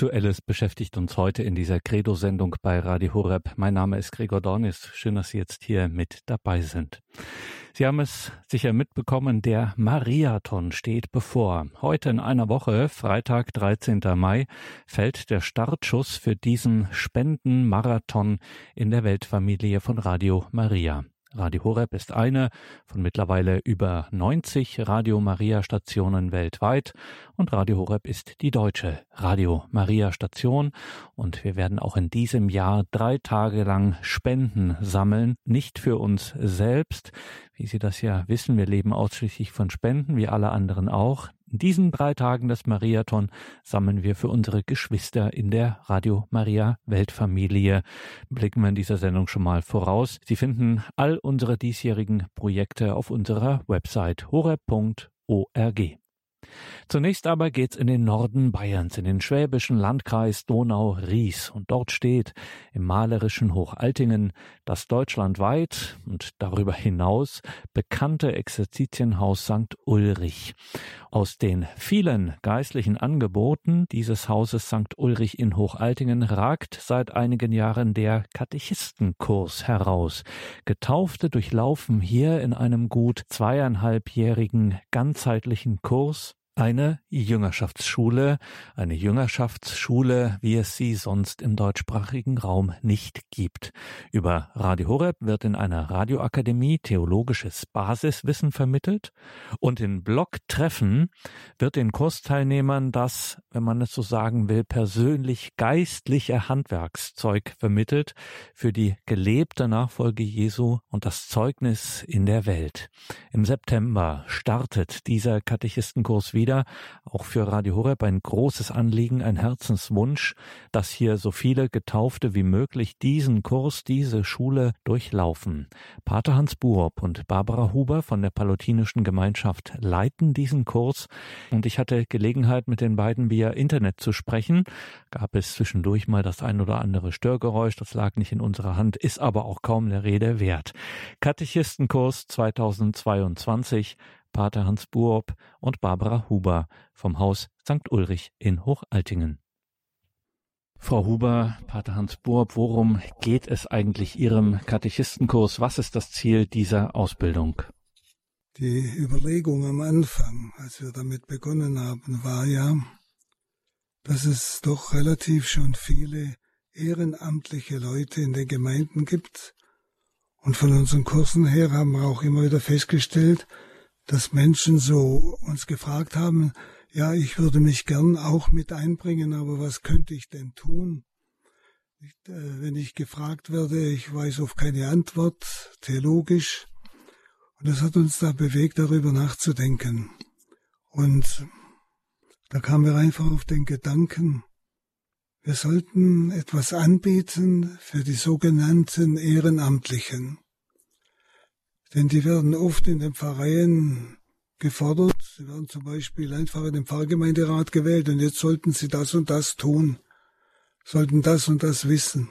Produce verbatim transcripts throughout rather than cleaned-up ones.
Aktuelles beschäftigt uns heute in dieser Credo-Sendung bei Radio Horeb. Mein Name ist Gregor Dornis. Schön, dass Sie jetzt hier mit dabei sind. Sie haben es sicher mitbekommen, der Mariathon steht bevor. Heute in einer Woche, Freitag, dreizehnten Mai, fällt der Startschuss für diesen Spendenmarathon in der Weltfamilie von Radio Maria. Radio Horeb ist eine von mittlerweile über neunzig Radio Maria Stationen weltweit und Radio Horeb ist die deutsche Radio Maria Station und wir werden auch in diesem Jahr drei Tage lang Spenden sammeln, nicht für uns selbst. Wie Sie das ja wissen, wir leben ausschließlich von Spenden, wie alle anderen auch. In diesen drei Tagen des Mariathon sammeln wir für unsere Geschwister in der Radio Maria Weltfamilie. Blicken wir in dieser Sendung schon mal voraus. Sie finden all unsere diesjährigen Projekte auf unserer Website horeb punkt org. Zunächst aber geht's in den Norden Bayerns, in den schwäbischen Landkreis Donau-Ries. Und dort steht im malerischen Hochaltingen das deutschlandweit und darüber hinaus bekannte Exerzitienhaus Sankt Ulrich. Aus den vielen geistlichen Angeboten dieses Hauses Sankt Ulrich in Hochaltingen ragt seit einigen Jahren der Katechistenkurs heraus. Getaufte durchlaufen hier in einem gut zweieinhalbjährigen ganzheitlichen Kurs eine Jüngerschaftsschule, eine Jüngerschaftsschule, wie es sie sonst im deutschsprachigen Raum nicht gibt. Über Radio Horeb wird in einer Radioakademie theologisches Basiswissen vermittelt und in Blogtreffen wird den Kursteilnehmern das, wenn man es so sagen will, persönlich geistliche Handwerkszeug vermittelt für die gelebte Nachfolge Jesu und das Zeugnis in der Welt. Im September startet dieser Katechistenkurs wieder. Wieder, auch für Radio Horeb ein großes Anliegen, ein Herzenswunsch, dass hier so viele Getaufte wie möglich diesen Kurs, diese Schule durchlaufen. Pater Hans Buob und Barbara Huber von der Pallotinischen Gemeinschaft leiten diesen Kurs und ich hatte Gelegenheit, mit den beiden via Internet zu sprechen. Gab es zwischendurch mal das ein oder andere Störgeräusch, das lag nicht in unserer Hand, ist aber auch kaum der Rede wert. Katechistenkurs zweitausendzweiundzwanzig, Pater Hans Buob und Barbara Huber vom Haus Sankt Ulrich in Hochaltingen. Frau Huber, Pater Hans Buob, worum geht es eigentlich Ihrem Katechistenkurs? Was ist das Ziel dieser Ausbildung? Die Überlegung am Anfang, als wir damit begonnen haben, war ja, dass es doch relativ schon viele ehrenamtliche Leute in den Gemeinden gibt. Und von unseren Kursen her haben wir auch immer wieder festgestellt, dass Menschen so uns gefragt haben, ja, ich würde mich gern auch mit einbringen, aber was könnte ich denn tun? Ich, äh, wenn ich gefragt werde, ich weiß auf keine Antwort, theologisch. Und das hat uns da bewegt, darüber nachzudenken. Und da kamen wir einfach auf den Gedanken, wir sollten etwas anbieten für die sogenannten Ehrenamtlichen. Denn die werden oft in den Pfarreien gefordert. Sie werden zum Beispiel einfach in den Pfarrgemeinderat gewählt und jetzt sollten sie das und das tun, sollten das und das wissen.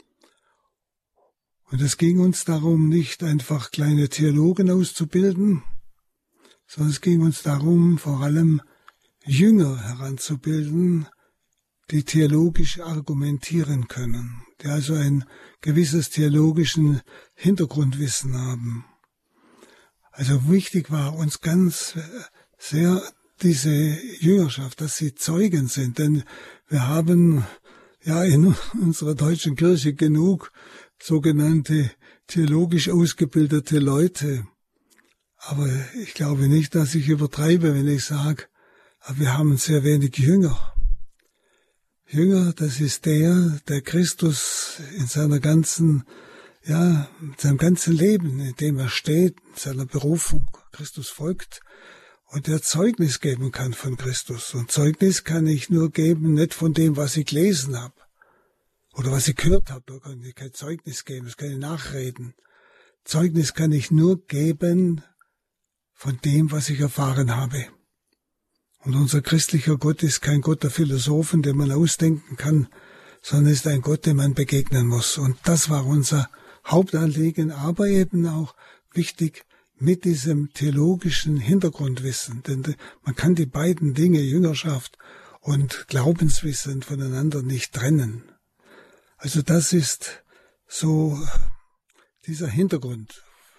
Und es ging uns darum, nicht einfach kleine Theologen auszubilden, sondern es ging uns darum, vor allem Jünger heranzubilden, die theologisch argumentieren können, die also ein gewisses theologischen Hintergrundwissen haben. Also wichtig war uns ganz sehr diese Jüngerschaft, dass sie Zeugen sind, denn wir haben ja in unserer deutschen Kirche genug sogenannte theologisch ausgebildete Leute. Aber ich glaube nicht, dass ich übertreibe, wenn ich sage, wir haben sehr wenig Jünger. Jünger, das ist der, der Christus in seiner ganzen Ja, mit seinem ganzen Leben, in dem er steht, in seiner Berufung, Christus folgt und der Zeugnis geben kann von Christus. Und Zeugnis kann ich nur geben, nicht von dem, was ich gelesen habe oder was ich gehört habe. Da kann ich kein Zeugnis geben, das kann ich nachreden. Zeugnis kann ich nur geben von dem, was ich erfahren habe. Und unser christlicher Gott ist kein Gott der Philosophen, den man ausdenken kann, sondern ist ein Gott, dem man begegnen muss. Und das war unser Hauptanliegen, aber eben auch wichtig mit diesem theologischen Hintergrundwissen. Denn man kann die beiden Dinge, Jüngerschaft und Glaubenswissen voneinander nicht trennen. Also das ist so dieser Hintergrund,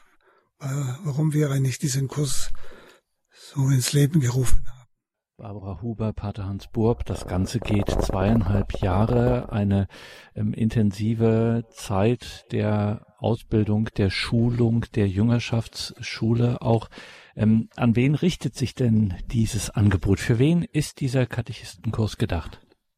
warum wir eigentlich diesen Kurs so ins Leben gerufen haben. Barbara Huber, Pater Hans Burb, das Ganze geht zweieinhalb Jahre, eine ähm, intensive Zeit der Ausbildung, der Schulung, der Jüngerschaftsschule auch. Ähm, an wen richtet sich denn dieses Angebot? Für wen ist dieser Katechistenkurs gedacht?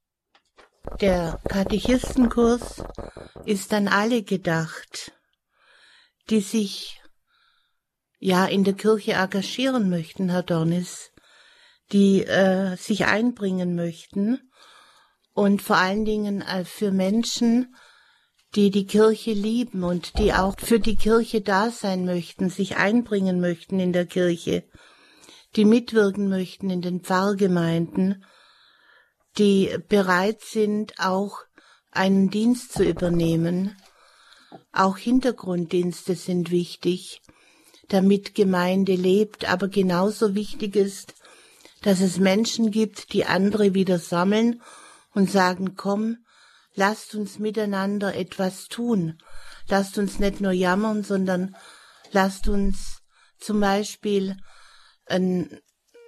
Der Katechistenkurs ist an alle gedacht, die sich ja in der Kirche engagieren möchten, Herr Dornis, die äh, sich einbringen möchten und vor allen Dingen äh, für Menschen, die die Kirche lieben und die auch für die Kirche da sein möchten, sich einbringen möchten in der Kirche, die mitwirken möchten in den Pfarrgemeinden, die bereit sind, auch einen Dienst zu übernehmen. Auch Hintergrunddienste sind wichtig, damit Gemeinde lebt, aber genauso wichtig ist, dass es Menschen gibt, die andere wieder sammeln und sagen, komm, lasst uns miteinander etwas tun. Lasst uns nicht nur jammern, sondern lasst uns zum Beispiel einen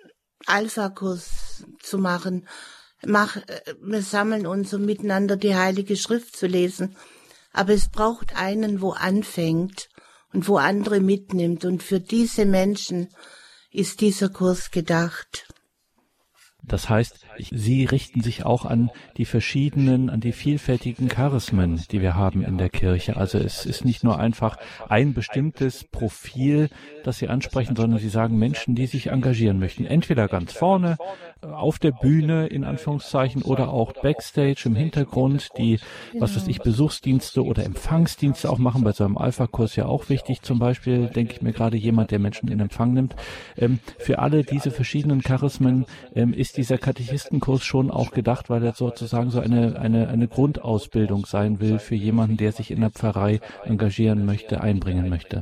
Alpha-Kurs zu machen. Mach, wir sammeln uns, um miteinander die Heilige Schrift zu lesen. Aber es braucht einen, wo anfängt und wo andere mitnimmt. Und für diese Menschen ist dieser Kurs gedacht. Das heißt, Sie richten sich auch an die verschiedenen, an die vielfältigen Charismen, die wir haben in der Kirche. Also es ist nicht nur einfach ein bestimmtes Profil, das Sie ansprechen, sondern Sie sagen Menschen, die sich engagieren möchten. Entweder ganz vorne, auf der Bühne, in Anführungszeichen, oder auch Backstage im Hintergrund, die, was weiß ich, Besuchsdienste oder Empfangsdienste auch machen. Bei so einem Alpha-Kurs ja auch wichtig. Zum Beispiel, denke ich mir gerade, jemand, der Menschen in Empfang nimmt. Ähm, für alle diese verschiedenen Charismen ähm, ist dieser Katechistenkurs schon auch gedacht, weil er sozusagen so eine, eine, eine Grundausbildung sein will für jemanden, der sich in der Pfarrei engagieren möchte, einbringen möchte.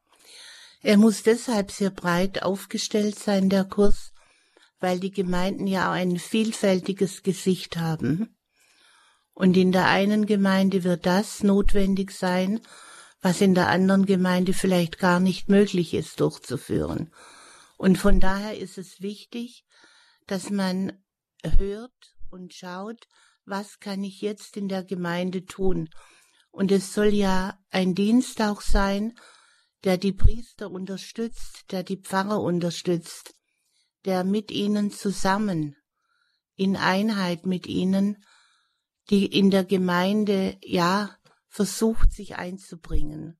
Er muss deshalb sehr breit aufgestellt sein, der Kurs, weil die Gemeinden ja auch ein vielfältiges Gesicht haben. Und in der einen Gemeinde wird das notwendig sein, was in der anderen Gemeinde vielleicht gar nicht möglich ist durchzuführen. Und von daher ist es wichtig, dass man hört und schaut, was kann ich jetzt in der Gemeinde tun. Und es soll ja ein Dienst auch sein, der die Priester unterstützt, der die Pfarrer unterstützt, der mit ihnen zusammen, in Einheit mit ihnen, die in der Gemeinde, ja, versucht, sich einzubringen.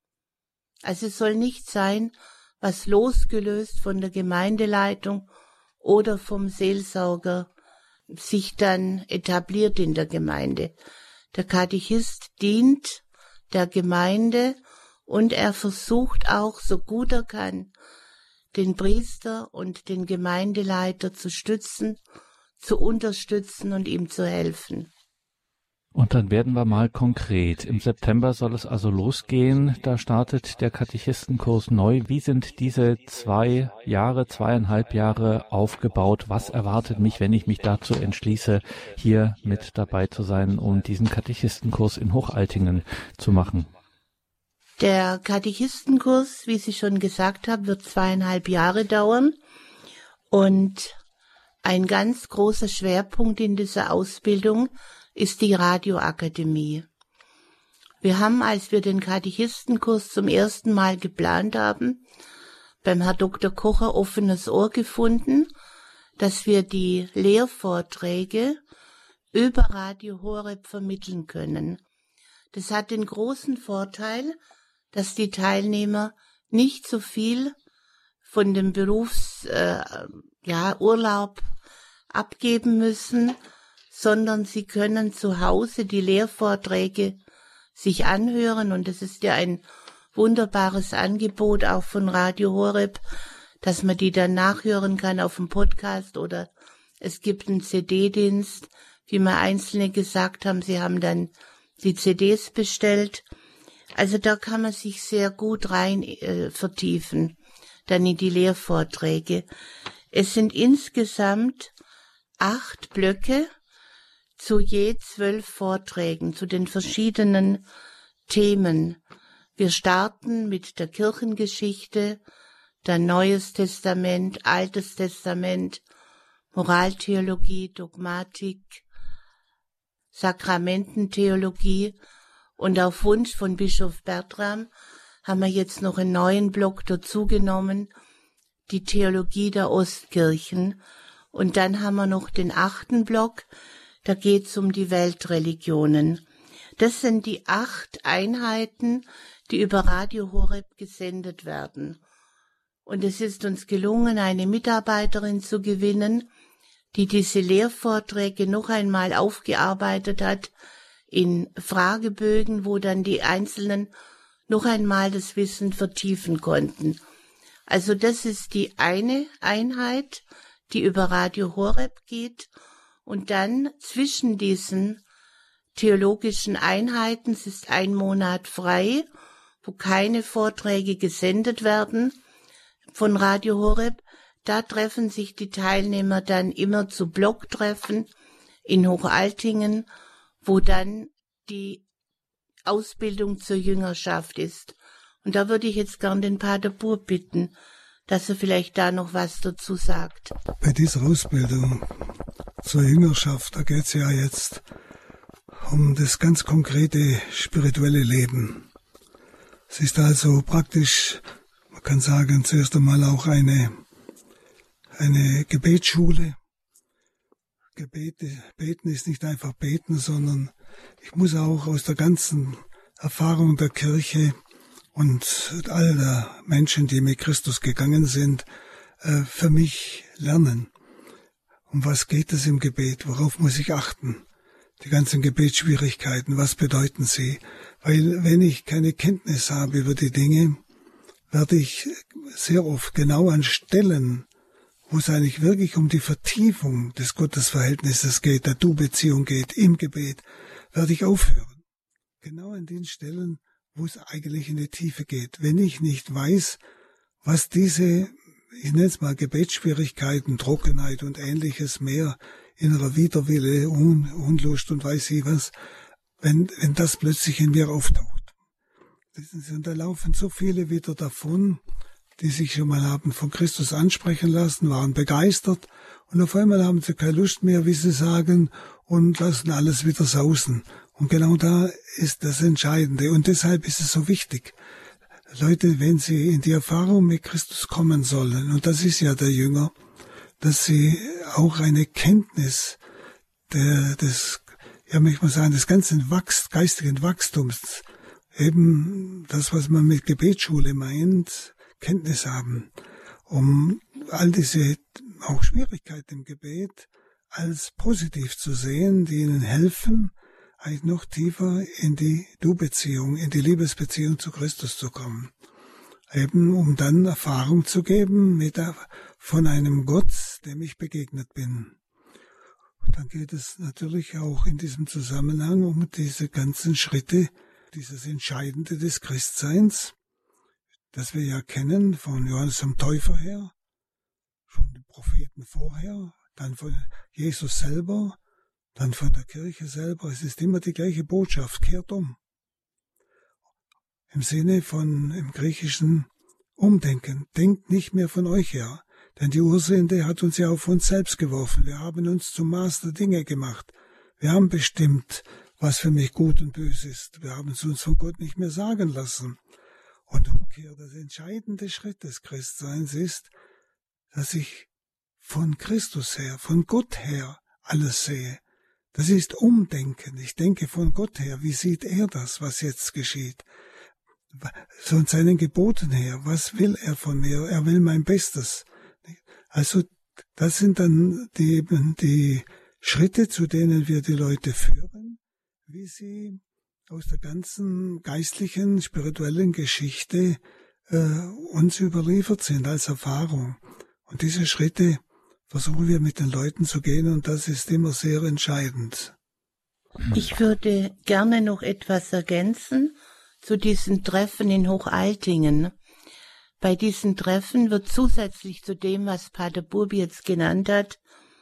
Also es soll nicht sein, was losgelöst von der Gemeindeleitung oder vom Seelsorger sich dann etabliert in der Gemeinde. Der Katechist dient der Gemeinde und er versucht auch, so gut er kann, den Priester und den Gemeindeleiter zu stützen, zu unterstützen und ihm zu helfen. Und dann werden wir mal konkret. Im September soll es also losgehen. Da startet der Katechistenkurs neu. Wie sind diese zwei Jahre, zweieinhalb Jahre aufgebaut? Was erwartet mich, wenn ich mich dazu entschließe, hier mit dabei zu sein und diesen Katechistenkurs in Hochaltingen zu machen? Der Katechistenkurs, wie Sie schon gesagt haben, wird zweieinhalb Jahre dauern. Und ein ganz großer Schwerpunkt in dieser Ausbildung ist die Radioakademie. Wir haben, als wir den Katechistenkurs zum ersten Mal geplant haben, beim Herrn Doktor Kocher offenes Ohr gefunden, dass wir die Lehrvorträge über Radio Horeb vermitteln können. Das hat den großen Vorteil, dass die Teilnehmer nicht so viel von dem Berufs, äh, ja, Urlaub abgeben müssen, sondern sie können zu Hause die Lehrvorträge sich anhören. Und es ist ja ein wunderbares Angebot auch von Radio Horeb, dass man die dann nachhören kann auf dem Podcast oder es gibt einen C D-Dienst, wie mir Einzelne gesagt haben, sie haben dann die C Ds bestellt. Also da kann man sich sehr gut rein äh, vertiefen, dann in die Lehrvorträge. Es sind insgesamt acht Blöcke zu je zwölf Vorträgen zu den verschiedenen Themen. Wir starten mit der Kirchengeschichte, dann Neues Testament, Altes Testament, Moraltheologie, Dogmatik, Sakramententheologie und auf Wunsch von Bischof Bertram haben wir jetzt noch einen neuen Block dazugenommen, die Theologie der Ostkirchen. Und dann haben wir noch den achten Block, da geht's um die Weltreligionen. Das sind die acht Einheiten, die über Radio Horeb gesendet werden. Und es ist uns gelungen, eine Mitarbeiterin zu gewinnen, die diese Lehrvorträge noch einmal aufgearbeitet hat in Fragebögen, wo dann die Einzelnen noch einmal das Wissen vertiefen konnten. Also das ist die eine Einheit, die über Radio Horeb geht, und dann zwischen diesen theologischen Einheiten, es ist ein Monat frei, wo keine Vorträge gesendet werden von Radio Horeb, da treffen sich die Teilnehmer dann immer zu Blocktreffen in Hochaltingen, wo dann die Ausbildung zur Jüngerschaft ist. Und da würde ich jetzt gern den Pater Buhr bitten, dass er vielleicht da noch was dazu sagt. Bei dieser Ausbildung zur Jüngerschaft, da geht es ja jetzt um das ganz konkrete spirituelle Leben. Es ist also praktisch, man kann sagen, zuerst einmal auch eine, eine Gebetsschule. Gebete, beten ist nicht einfach beten, sondern ich muss auch aus der ganzen Erfahrung der Kirche und all der Menschen, die mit Christus gegangen sind, für mich lernen. Um was geht es im Gebet? Worauf muss ich achten? Die ganzen Gebetsschwierigkeiten, was bedeuten sie? Weil wenn ich keine Kenntnis habe über die Dinge, werde ich sehr oft genau an Stellen, wo es eigentlich wirklich um die Vertiefung des Gottesverhältnisses geht, der Du-Beziehung geht, im Gebet, werde ich aufhören. Genau an den Stellen, wo es eigentlich in die Tiefe geht. Wenn ich nicht weiß, was diese, ich nenne es mal Gebetsschwierigkeiten, Trockenheit und Ähnliches mehr, innerer Widerwille, Un, Unlust und weiß ich was, wenn, wenn das plötzlich in mir auftaucht. Und da laufen so viele wieder davon, die sich schon mal haben von Christus ansprechen lassen, waren begeistert und auf einmal haben sie keine Lust mehr, wie sie sagen, und lassen alles wieder sausen. Und genau da ist das Entscheidende. Und deshalb ist es so wichtig, Leute, wenn sie in die Erfahrung mit Christus kommen sollen, und das ist ja der Jünger, dass sie auch eine Kenntnis der, des, ja, möchte man sagen, des ganzen Wachst, geistigen Wachstums, eben das, was man mit Gebetsschule meint, Kenntnis haben, um all diese auch Schwierigkeiten im Gebet als positiv zu sehen, die ihnen helfen, eigentlich noch tiefer in die Du-Beziehung, in die Liebesbeziehung zu Christus zu kommen. Eben um dann Erfahrung zu geben mit der, von einem Gott, dem ich begegnet bin. Und dann geht es natürlich auch in diesem Zusammenhang um diese ganzen Schritte, dieses Entscheidende des Christseins, das wir ja kennen von Johannes dem Täufer her, von den Propheten vorher, dann von Jesus selber, dann von der Kirche selber. Es ist immer die gleiche Botschaft, kehrt um. Im Sinne von, im Griechischen, umdenken. Denkt nicht mehr von euch her, denn die Ursünde hat uns ja auf uns selbst geworfen. Wir haben uns zum Maß der Dinge gemacht. Wir haben bestimmt, was für mich gut und böse ist. Wir haben es uns von Gott nicht mehr sagen lassen. Und umgekehrt, der entscheidende Schritt des Christseins ist, dass ich von Christus her, von Gott her alles sehe. Das ist Umdenken. Ich denke von Gott her. Wie sieht er das, was jetzt geschieht? Von seinen Geboten her. Was will er von mir? Er will mein Bestes. Also, das sind dann die, eben die Schritte, zu denen wir die Leute führen, wie sie aus der ganzen geistlichen, spirituellen Geschichte äh, uns überliefert sind als Erfahrung. Und diese Schritte versuchen wir mit den Leuten zu gehen, und das ist immer sehr entscheidend. Ich würde gerne noch etwas ergänzen zu diesen Treffen in Hochaltingen. Bei diesen Treffen wird zusätzlich zu dem, was Pater Burb jetzt genannt hat,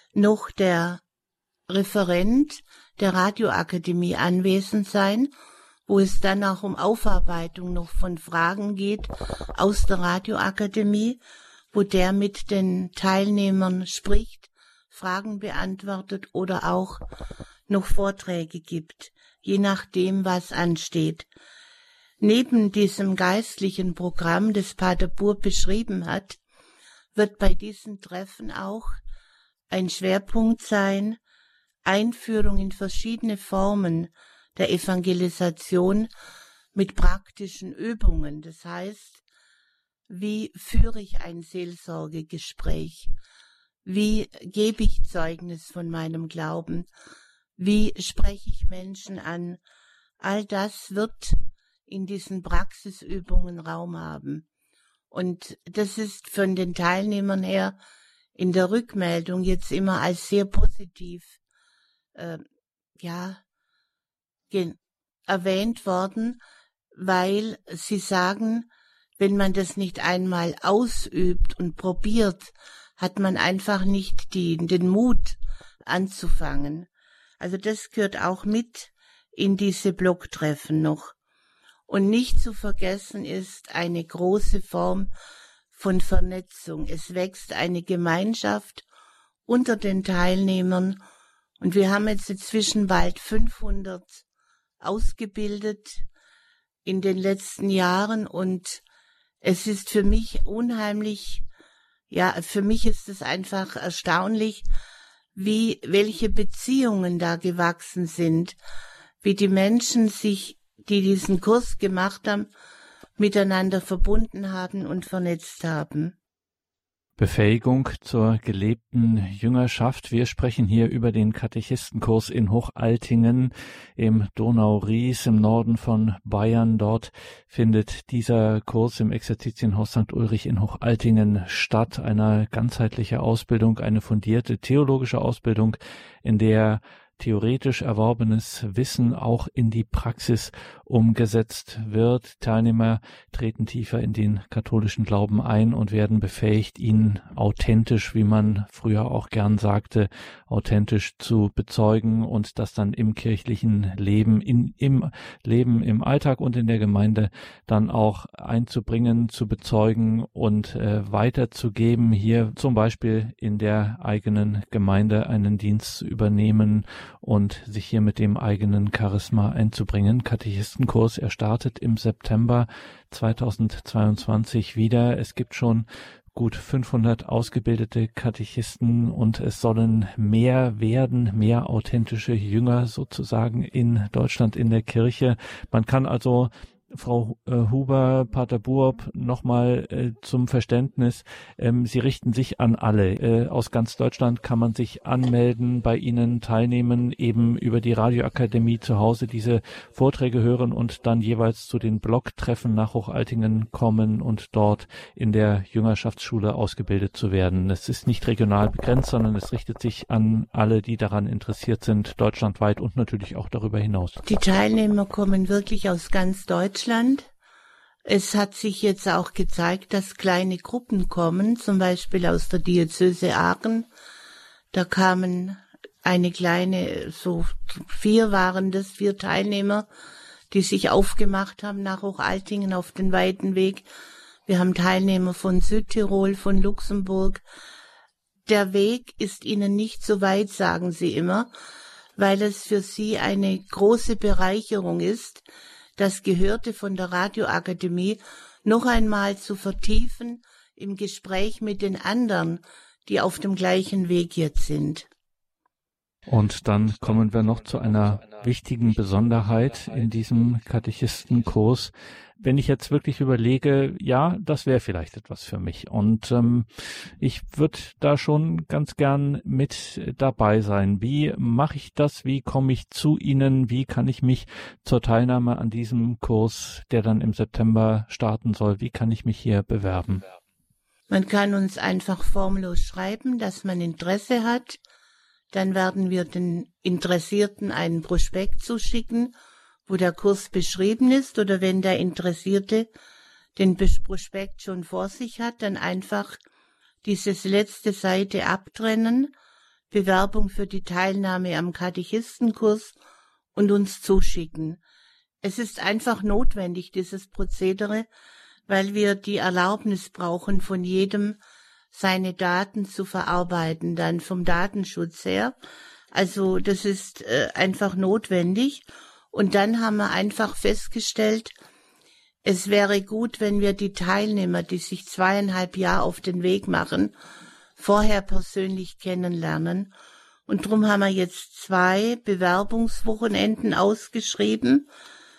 noch der Referent der Radioakademie anwesend sein, wo es dann auch um Aufarbeitung noch von Fragen geht aus der Radioakademie, wo der mit den Teilnehmern spricht, Fragen beantwortet oder auch noch Vorträge gibt, je nachdem, was ansteht. Neben diesem geistlichen Programm, das Pater Buob beschrieben hat, wird bei diesen Treffen auch ein Schwerpunkt sein, Einführung in verschiedene Formen der Evangelisation mit praktischen Übungen. Das heißt, wie führe ich ein Seelsorgegespräch? Wie gebe ich Zeugnis von meinem Glauben? Wie spreche ich Menschen an? All das wird in diesen Praxisübungen Raum haben. Und das ist von den Teilnehmern her in der Rückmeldung jetzt immer als sehr positiv äh, ja erwähnt worden, weil sie sagen, wenn man das nicht einmal ausübt und probiert, hat man einfach nicht die, den Mut anzufangen. Also das gehört auch mit in diese Blocktreffen noch. Und nicht zu vergessen ist eine große Form von Vernetzung. Es wächst eine Gemeinschaft unter den Teilnehmern und wir haben jetzt inzwischen bald fünfhundert ausgebildet in den letzten Jahren und es ist für mich unheimlich, ja, für mich ist es einfach erstaunlich, wie, welche Beziehungen da gewachsen sind, wie die Menschen sich, die diesen Kurs gemacht haben, miteinander verbunden haben und vernetzt haben. Befähigung zur gelebten Jüngerschaft. Wir sprechen hier über den Katechistenkurs in Hochaltingen im Donau-Ries im Norden von Bayern. Dort findet dieser Kurs im Exerzitienhaus Sankt Ulrich in Hochaltingen statt. Eine ganzheitliche Ausbildung, eine fundierte theologische Ausbildung, in der theoretisch erworbenes Wissen auch in die Praxis umgesetzt wird. Teilnehmer treten tiefer in den katholischen Glauben ein und werden befähigt, ihn authentisch, wie man früher auch gern sagte, authentisch zu bezeugen und das dann im kirchlichen Leben, in, im Leben, im Alltag und in der Gemeinde dann auch einzubringen, zu bezeugen und äh, weiterzugeben, hier zum Beispiel in der eigenen Gemeinde einen Dienst zu übernehmen und sich hier mit dem eigenen Charisma einzubringen. Katechistenkurs, er startet im September zweitausendzweiundzwanzig wieder. Es gibt schon gut fünfhundert ausgebildete Katechisten und es sollen mehr werden, mehr authentische Jünger sozusagen in Deutschland in der Kirche. Man kann also, Frau äh, Huber, Pater Buob, nochmal äh, zum Verständnis. Ähm, Sie richten sich an alle. Äh, aus ganz Deutschland kann man sich anmelden, bei Ihnen teilnehmen, eben über die Radioakademie zu Hause diese Vorträge hören und dann jeweils zu den Blocktreffen nach Hochaltingen kommen und dort in der Jüngerschaftsschule ausgebildet zu werden. Es ist nicht regional begrenzt, sondern es richtet sich an alle, die daran interessiert sind, deutschlandweit und natürlich auch darüber hinaus. Die Teilnehmer kommen wirklich aus ganz Deutschland. Es hat sich jetzt auch gezeigt, dass kleine Gruppen kommen, zum Beispiel aus der Diözese Aachen. Da kamen eine kleine, so vier waren das, vier Teilnehmer, die sich aufgemacht haben nach Hochaltingen auf den weiten Weg. Wir haben Teilnehmer von Südtirol, von Luxemburg. Der Weg ist ihnen nicht so weit, sagen sie immer, weil es für sie eine große Bereicherung ist, das Gehörte von der Radioakademie noch einmal zu vertiefen im Gespräch mit den anderen, die auf dem gleichen Weg jetzt sind. Und dann kommen wir noch zu einer wichtigen Besonderheit in diesem Katechistenkurs. Wenn ich jetzt wirklich überlege, ja, das wäre vielleicht etwas für mich und ähm, ich würde da schon ganz gern mit dabei sein. Wie mache ich das? Wie komme ich zu Ihnen? Wie kann ich mich zur Teilnahme an diesem Kurs, der dann im September starten soll, wie kann ich mich hier bewerben? Man kann uns einfach formlos schreiben, dass man Interesse hat. Dann werden wir den Interessierten einen Prospekt zuschicken, wo der Kurs beschrieben ist, oder wenn der Interessierte den Prospekt schon vor sich hat, dann einfach dieses letzte Seite abtrennen, Bewerbung für die Teilnahme am Katechistenkurs und uns zuschicken. Es ist einfach notwendig, dieses Prozedere, weil wir die Erlaubnis brauchen, von jedem seine Daten zu verarbeiten, dann vom Datenschutz her. Also das ist äh, einfach notwendig. Und dann haben wir einfach festgestellt, es wäre gut, wenn wir die Teilnehmer, die sich zweieinhalb Jahre auf den Weg machen, vorher persönlich kennenlernen. Und darum haben wir jetzt zwei Bewerbungswochenenden ausgeschrieben.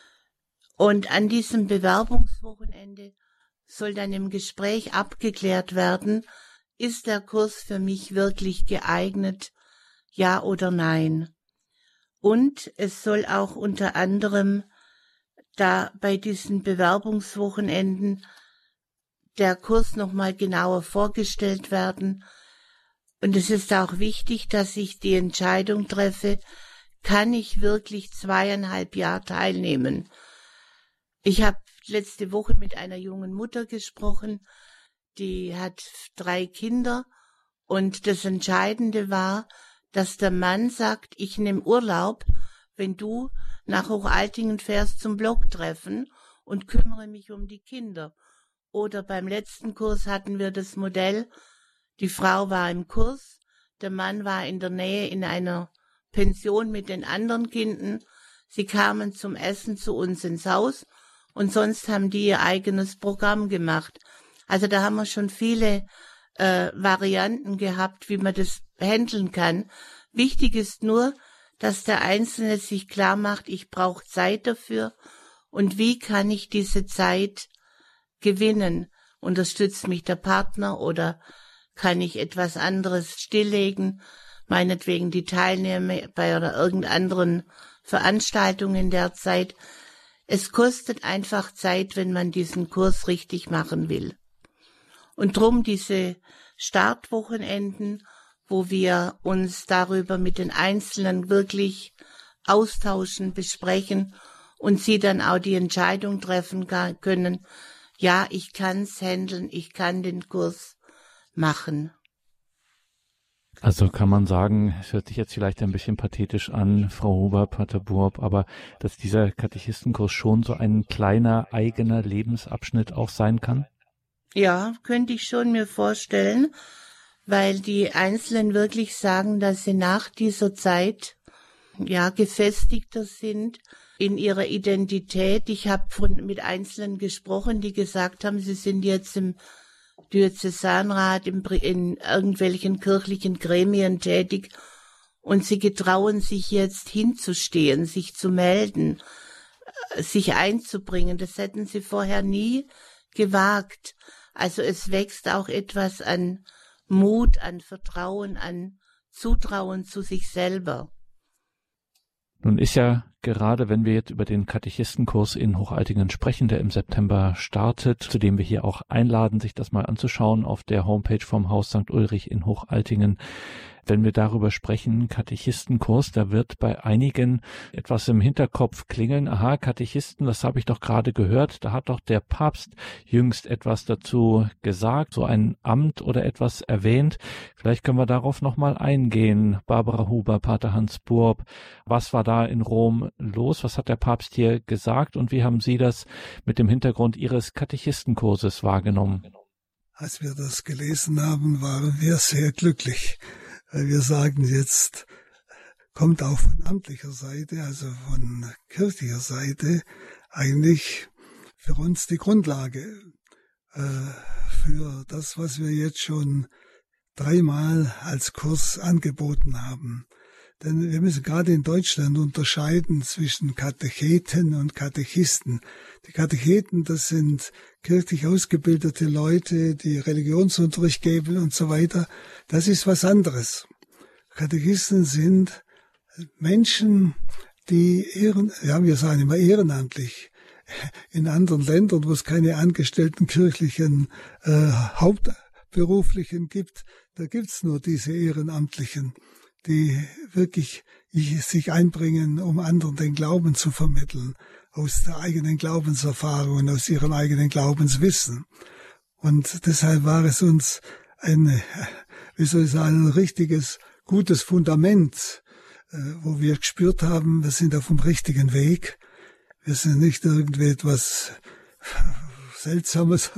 Und an diesem Bewerbungswochenende soll dann im Gespräch abgeklärt werden, ist der Kurs für mich wirklich geeignet, ja oder nein. Und es soll auch unter anderem da bei diesen Bewerbungswochenenden der Kurs nochmal genauer vorgestellt werden. Und es ist auch wichtig, dass ich die Entscheidung treffe, kann ich wirklich zweieinhalb Jahre teilnehmen? Ich habe letzte Woche mit einer jungen Mutter gesprochen, die hat drei Kinder und das Entscheidende war, dass der Mann sagt, ich nehme Urlaub, wenn du nach Hochaltingen fährst zum Blogtreffen und kümmere mich um die Kinder. Oder beim letzten Kurs hatten wir das Modell, die Frau war im Kurs, der Mann war in der Nähe in einer Pension mit den anderen Kindern, sie kamen zum Essen zu uns ins Haus und sonst haben die ihr eigenes Programm gemacht. Also da haben wir schon viele äh, Varianten gehabt, wie man das handeln kann. Wichtig ist nur, dass der Einzelne sich klar macht, ich brauche Zeit dafür und wie kann ich diese Zeit gewinnen? Unterstützt mich der Partner oder kann ich etwas anderes stilllegen? Meinetwegen die Teilnehmer bei einer irgendeiner anderen Veranstaltung in der Zeit. Es kostet einfach Zeit, wenn man diesen Kurs richtig machen will. Und drum diese Startwochenenden, wo wir uns darüber mit den Einzelnen wirklich austauschen, besprechen und sie dann auch die Entscheidung treffen können, ja, ich kann's handeln, ich kann den Kurs machen. Also kann man sagen, es hört sich jetzt vielleicht ein bisschen pathetisch an, Frau Huber, Pater Buob, aber dass dieser Katechistenkurs schon so ein kleiner eigener Lebensabschnitt auch sein kann? Ja, könnte ich schon mir vorstellen, weil die Einzelnen wirklich sagen, dass sie nach dieser Zeit ja gefestigter sind in ihrer Identität. Ich habe von mit Einzelnen gesprochen, die gesagt haben, sie sind jetzt im Diözesanrat, im, in irgendwelchen kirchlichen Gremien tätig und sie getrauen sich jetzt hinzustehen, sich zu melden, sich einzubringen. Das hätten sie vorher nie gewagt. Also es wächst auch etwas an Mut, an Vertrauen, an Zutrauen zu sich selber. Nun ist ja gerade, wenn wir jetzt über den Katechistenkurs in Hochaltingen sprechen, der im September startet, zu dem wir hier auch einladen, sich das mal anzuschauen auf der Homepage vom Haus Sankt Ulrich in Hochaltingen. Wenn wir darüber sprechen, Katechistenkurs, da wird bei einigen etwas im Hinterkopf klingeln. Aha, Katechisten, das habe ich doch gerade gehört. Da hat doch der Papst jüngst etwas dazu gesagt, so ein Amt oder etwas erwähnt. Vielleicht können wir darauf nochmal eingehen. Barbara Huber, Pater Hans Buob, was war da in Rom los? Was hat der Papst hier gesagt? Und wie haben Sie das mit dem Hintergrund Ihres Katechistenkurses wahrgenommen? Als wir das gelesen haben, waren wir sehr glücklich. Weil wir sagen jetzt, kommt auch von amtlicher Seite, also von kirchlicher Seite, eigentlich für uns die Grundlage äh, für das, was wir jetzt schon dreimal als Kurs angeboten haben. Denn wir müssen gerade in Deutschland unterscheiden zwischen Katecheten und Katechisten. Die Katecheten, das sind kirchlich ausgebildete Leute, die Religionsunterricht geben und so weiter. Das ist was anderes. Katechisten sind Menschen, die ehren, ja, wir sagen immer ehrenamtlich. In anderen Ländern, wo es keine angestellten kirchlichen äh, Hauptberuflichen gibt, da gibt's nur diese Ehrenamtlichen, die wirklich sich einbringen, um anderen den Glauben zu vermitteln, aus der eigenen Glaubenserfahrung, aus ihrem eigenen Glaubenswissen. Und deshalb war es uns ein, wie soll ich sagen, ein richtiges gutes Fundament, äh, wo wir gespürt haben, wir sind auf dem richtigen Weg. Wir sind nicht irgendwie etwas Seltsames,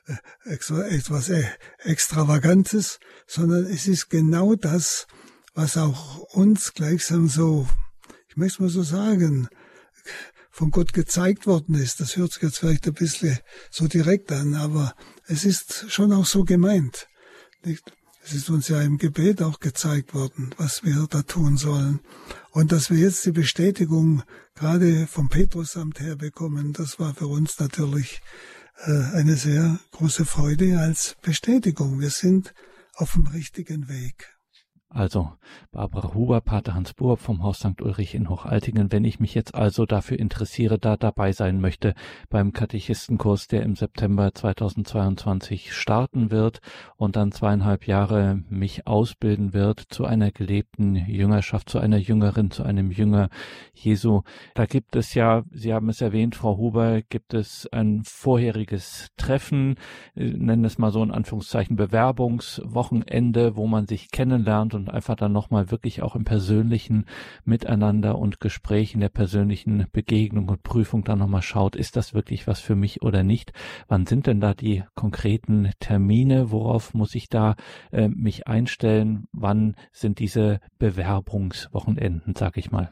etwas Extravagantes, sondern es ist genau das, was auch uns gleichsam so, ich möchte es mal so sagen, von Gott gezeigt worden ist. Das hört sich jetzt vielleicht ein bisschen so direkt an, aber es ist schon auch so gemeint. Nicht? Es ist uns ja im Gebet auch gezeigt worden, was wir da tun sollen. Und dass wir jetzt die Bestätigung gerade vom Petrusamt her bekommen, das war für uns natürlich äh, eine sehr große Freude als Bestätigung. Wir sind auf dem richtigen Weg. Also Barbara Huber, Pater Hans Buob vom Haus Sankt Ulrich in Hochaltingen. Wenn ich mich jetzt also dafür interessiere, da dabei sein möchte beim Katechistenkurs, der im September zweitausendzweiundzwanzig starten wird und dann zweieinhalb Jahre mich ausbilden wird zu einer gelebten Jüngerschaft, zu einer Jüngerin, zu einem Jünger Jesu. Da gibt es ja, Sie haben es erwähnt, Frau Huber, gibt es ein vorheriges Treffen, nennen es mal so in Anführungszeichen Bewerbungswochenende, wo man sich kennenlernt und einfach dann nochmal wirklich auch im persönlichen Miteinander und Gespräch, in der persönlichen Begegnung und Prüfung dann nochmal schaut, ist das wirklich was für mich oder nicht? Wann sind denn da die konkreten Termine? Worauf muss ich da äh, mich einstellen? Wann sind diese Bewerbungswochenenden, sag ich mal?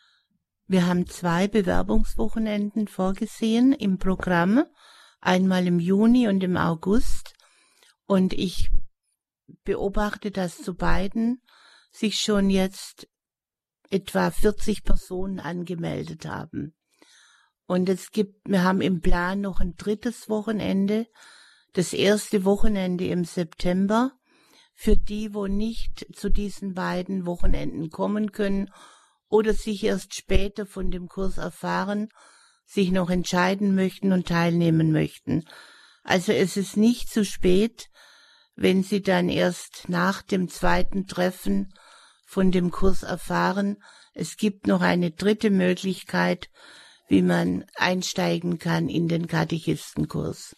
Wir haben zwei Bewerbungswochenenden vorgesehen im Programm, einmal im Juni und im August. Und ich beobachte, dass zu beiden sich schon jetzt etwa vierzig Personen angemeldet haben. Und es gibt, wir haben im Plan noch ein drittes Wochenende, das erste Wochenende im September, für die, wo nicht zu diesen beiden Wochenenden kommen können oder sich erst später von dem Kurs erfahren, sich noch entscheiden möchten und teilnehmen möchten. Also es ist nicht zu spät, wenn Sie dann erst nach dem zweiten Treffen von dem Kurs erfahren. Es gibt noch eine dritte Möglichkeit, wie man einsteigen kann in den Katechistenkurs.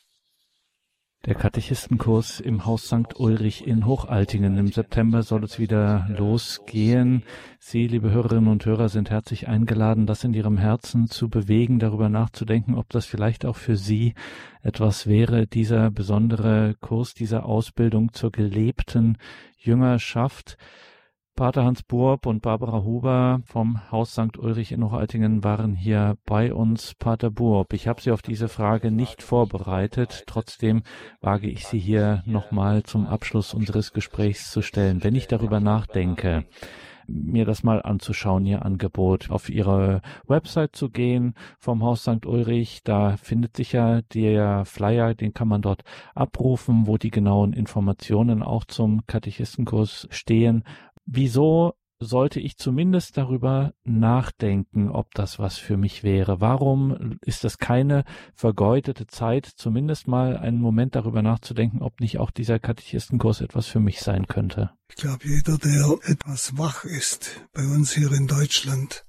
Der Katechistenkurs im Haus Sankt Ulrich in Hochaltingen. Im September soll es wieder losgehen. Sie, liebe Hörerinnen und Hörer, sind herzlich eingeladen, das in Ihrem Herzen zu bewegen, darüber nachzudenken, ob das vielleicht auch für Sie etwas wäre, dieser besondere Kurs, diese Ausbildung zur gelebten Jüngerschaft. Pater Hans Buob und Barbara Huber vom Haus Sankt Ulrich in Hochaltingen waren hier bei uns. Pater Buob, ich habe Sie auf diese Frage nicht vorbereitet. Trotzdem wage ich sie hier nochmal zum Abschluss unseres Gesprächs zu stellen. Wenn ich darüber nachdenke, mir das mal anzuschauen, Ihr Angebot, auf Ihre Website zu gehen vom Haus Sankt Ulrich, da findet sich ja der Flyer, den kann man dort abrufen, wo die genauen Informationen auch zum Katechistenkurs stehen. Wieso sollte ich zumindest darüber nachdenken, ob das was für mich wäre? Warum ist das keine vergeudete Zeit, zumindest mal einen Moment darüber nachzudenken, ob nicht auch dieser Katechistenkurs etwas für mich sein könnte? Ich glaube, jeder, der etwas wach ist bei uns hier in Deutschland,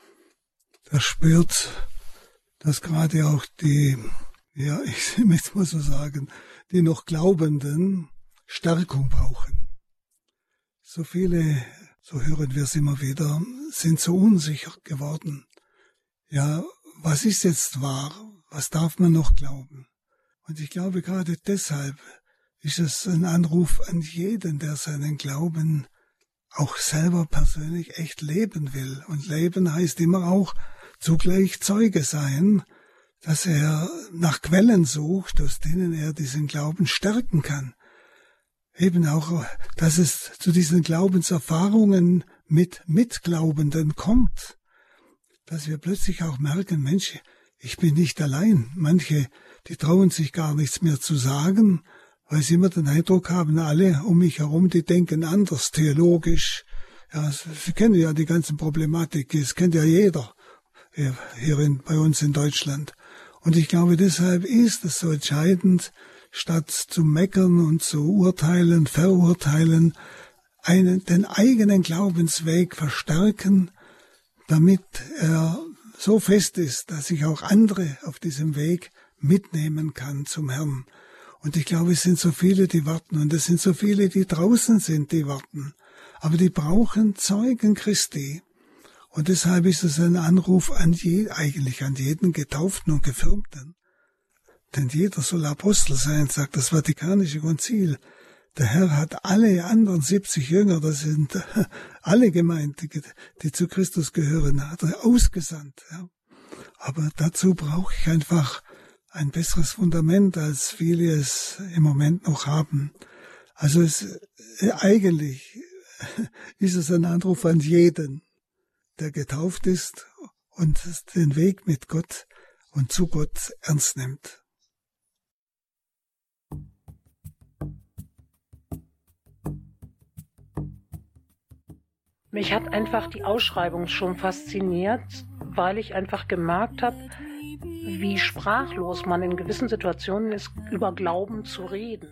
der spürt, dass gerade auch die, ja, ich möchte mal so sagen, die noch Glaubenden Stärkung brauchen. So viele, so hören wir es immer wieder, sind so unsicher geworden. Ja, was ist jetzt wahr? Was darf man noch glauben? Und ich glaube, gerade deshalb ist es ein Anruf an jeden, der seinen Glauben auch selber persönlich echt leben will. Und leben heißt immer auch zugleich Zeuge sein, dass er nach Quellen sucht, aus denen er diesen Glauben stärken kann. Eben auch, dass es zu diesen Glaubenserfahrungen mit Mitglaubenden kommt. Dass wir plötzlich auch merken, Mensch, ich bin nicht allein. Manche, die trauen sich gar nichts mehr zu sagen, weil sie immer den Eindruck haben, alle um mich herum, die denken anders, theologisch. Ja, Sie kennen ja die ganzen Problematik, das kennt ja jeder hier in, bei uns in Deutschland. Und ich glaube, deshalb ist es so entscheidend, statt zu meckern und zu urteilen, verurteilen, einen, den eigenen Glaubensweg verstärken, damit er so fest ist, dass ich auch andere auf diesem Weg mitnehmen kann zum Herrn. Und ich glaube, es sind so viele, die warten, und es sind so viele, die draußen sind, die warten. aber die brauchen Zeugen Christi. Und deshalb ist es ein Anruf an je, eigentlich an jeden Getauften und Gefirmten. Denn jeder soll Apostel sein, sagt das Vatikanische Konzil. Der Herr hat alle anderen siebzig Jünger, das sind alle Gemeinden, die zu Christus gehören, hat er ausgesandt. Ja. Aber dazu brauche ich einfach ein besseres Fundament, als viele es im Moment noch haben. Also es, eigentlich ist es ein Anruf an jeden, der getauft ist und den Weg mit Gott und zu Gott ernst nimmt. Mich hat einfach die Ausschreibung schon fasziniert, weil ich einfach gemerkt habe, wie sprachlos man in gewissen Situationen ist, über Glauben zu reden.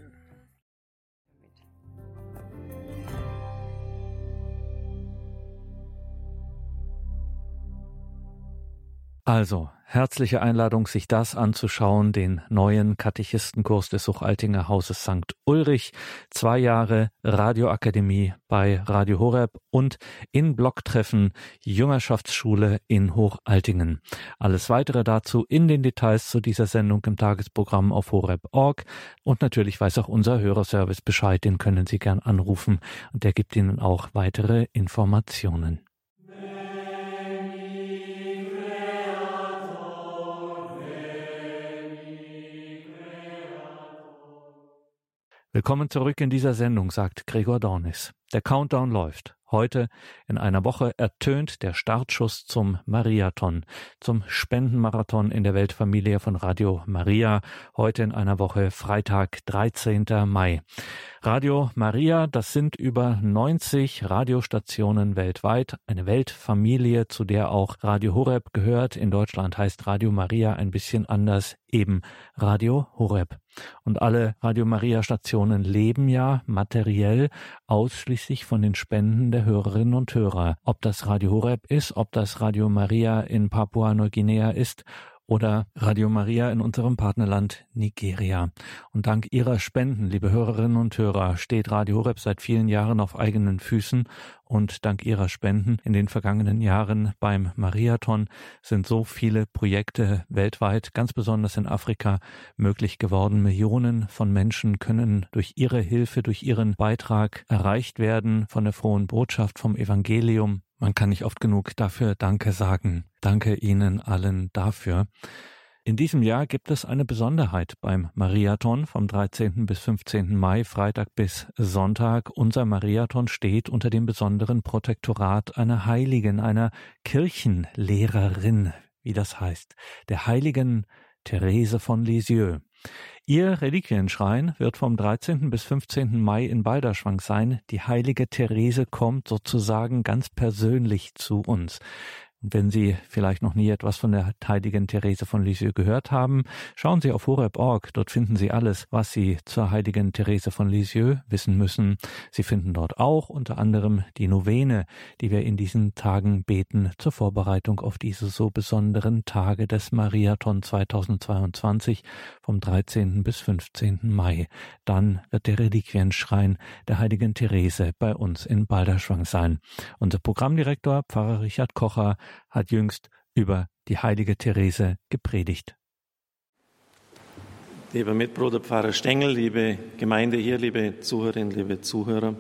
Also, herzliche Einladung, sich das anzuschauen, den neuen Katechistenkurs des Hochaltinger Hauses Sankt Ulrich. Zwei Jahre Radioakademie bei Radio Horeb und in Blocktreffen Jüngerschaftsschule in Hochaltingen. Alles weitere dazu in den Details zu dieser Sendung im Tagesprogramm auf horeb punkt org. Und natürlich weiß auch unser Hörerservice Bescheid, den können Sie gern anrufen und der gibt Ihnen auch weitere Informationen. Willkommen zurück in dieser Sendung, sagt Gregor Dornis. Der Countdown läuft. Heute in einer Woche ertönt der Startschuss zum Mariathon, zum Spendenmarathon in der Weltfamilie von Radio Maria. Heute in einer Woche, Freitag, dreizehnten Mai. Radio Maria, das sind über neunzig Radiostationen weltweit. Eine Weltfamilie, zu der auch Radio Horeb gehört. In Deutschland heißt Radio Maria ein bisschen anders, eben Radio Horeb. Und alle Radio Maria Stationen leben ja materiell ausschließlich von den Spenden der Hörerinnen und Hörer. Ob das Radio Horeb ist, ob das Radio Maria in Papua-Neuguinea ist oder Radio Maria in unserem Partnerland Nigeria. Und dank ihrer Spenden, liebe Hörerinnen und Hörer, steht Radio Horeb seit vielen Jahren auf eigenen Füßen. Und dank ihrer Spenden in den vergangenen Jahren beim Mariathon sind so viele Projekte weltweit, ganz besonders in Afrika, möglich geworden. Millionen von Menschen können durch ihre Hilfe, durch ihren Beitrag erreicht werden von der frohen Botschaft, vom Evangelium. Man kann nicht oft genug dafür Danke sagen. Danke Ihnen allen dafür. In diesem Jahr gibt es eine Besonderheit beim Mariathon vom dreizehnten bis fünfzehnten Mai, Freitag bis Sonntag. Unser Mariathon steht unter dem besonderen Protektorat einer Heiligen, einer Kirchenlehrerin, wie das heißt, der heiligen Therese von Lisieux. Ihr Reliquienschrein wird vom dreizehnten bis fünfzehnten Mai in Balderschwang sein. Die heilige Therese kommt sozusagen ganz persönlich zu uns. Und wenn Sie vielleicht noch nie etwas von der heiligen Therese von Lisieux gehört haben, schauen Sie auf horeb punkt org. Dort finden Sie alles, was Sie zur heiligen Therese von Lisieux wissen müssen. Sie finden dort auch unter anderem die Novene, die wir in diesen Tagen beten zur Vorbereitung auf diese so besonderen Tage des Mariathon zweitausendzweiundzwanzig vom dreizehnten bis fünfzehnten Mai. Dann wird der Reliquienschrein der heiligen Therese bei uns in Balderschwang sein. Unser Programmdirektor, Pfarrer Richard Kocher, hat jüngst über die heilige Therese gepredigt. Lieber Mitbruder Pfarrer Stengel, liebe Gemeinde hier, liebe Zuhörerinnen, liebe Zuhörer,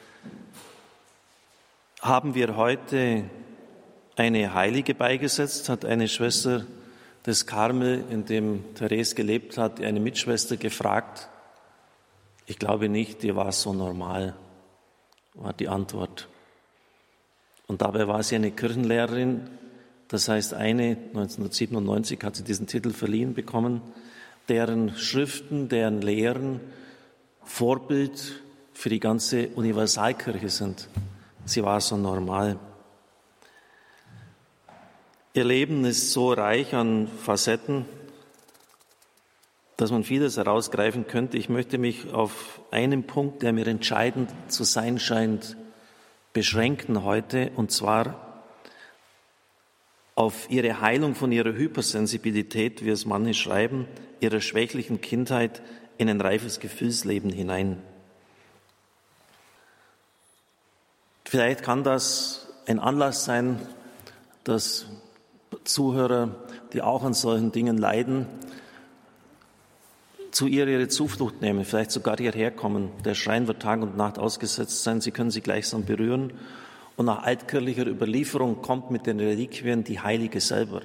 haben wir heute eine Heilige beigesetzt, hat eine Schwester des Karmel, in dem Therese gelebt hat, eine Mitschwester gefragt. Ich glaube nicht, die war so normal, war die Antwort. Und dabei war sie eine Kirchenlehrerin, das heißt eine, neunzehnhundertsiebenundneunzig hat sie diesen Titel verliehen bekommen, deren Schriften, deren Lehren Vorbild für die ganze Universalkirche sind. Sie war so normal. Ihr Leben ist so reich an Facetten, dass man vieles herausgreifen könnte. Ich möchte mich auf einen Punkt, der mir entscheidend zu sein scheint, beschränken heute, und zwar auf ihre Heilung von ihrer Hypersensibilität, wie es manche schreiben, ihrer schwächlichen Kindheit in ein reifes Gefühlsleben hinein. Vielleicht kann das ein Anlass sein, dass Zuhörer, die auch an solchen Dingen leiden, zu ihr ihre Zuflucht nehmen, vielleicht sogar hierher kommen. Der Schrein wird Tag und Nacht ausgesetzt sein, Sie können sie gleichsam berühren. Und nach altkirchlicher Überlieferung kommt mit den Reliquien die Heilige selber.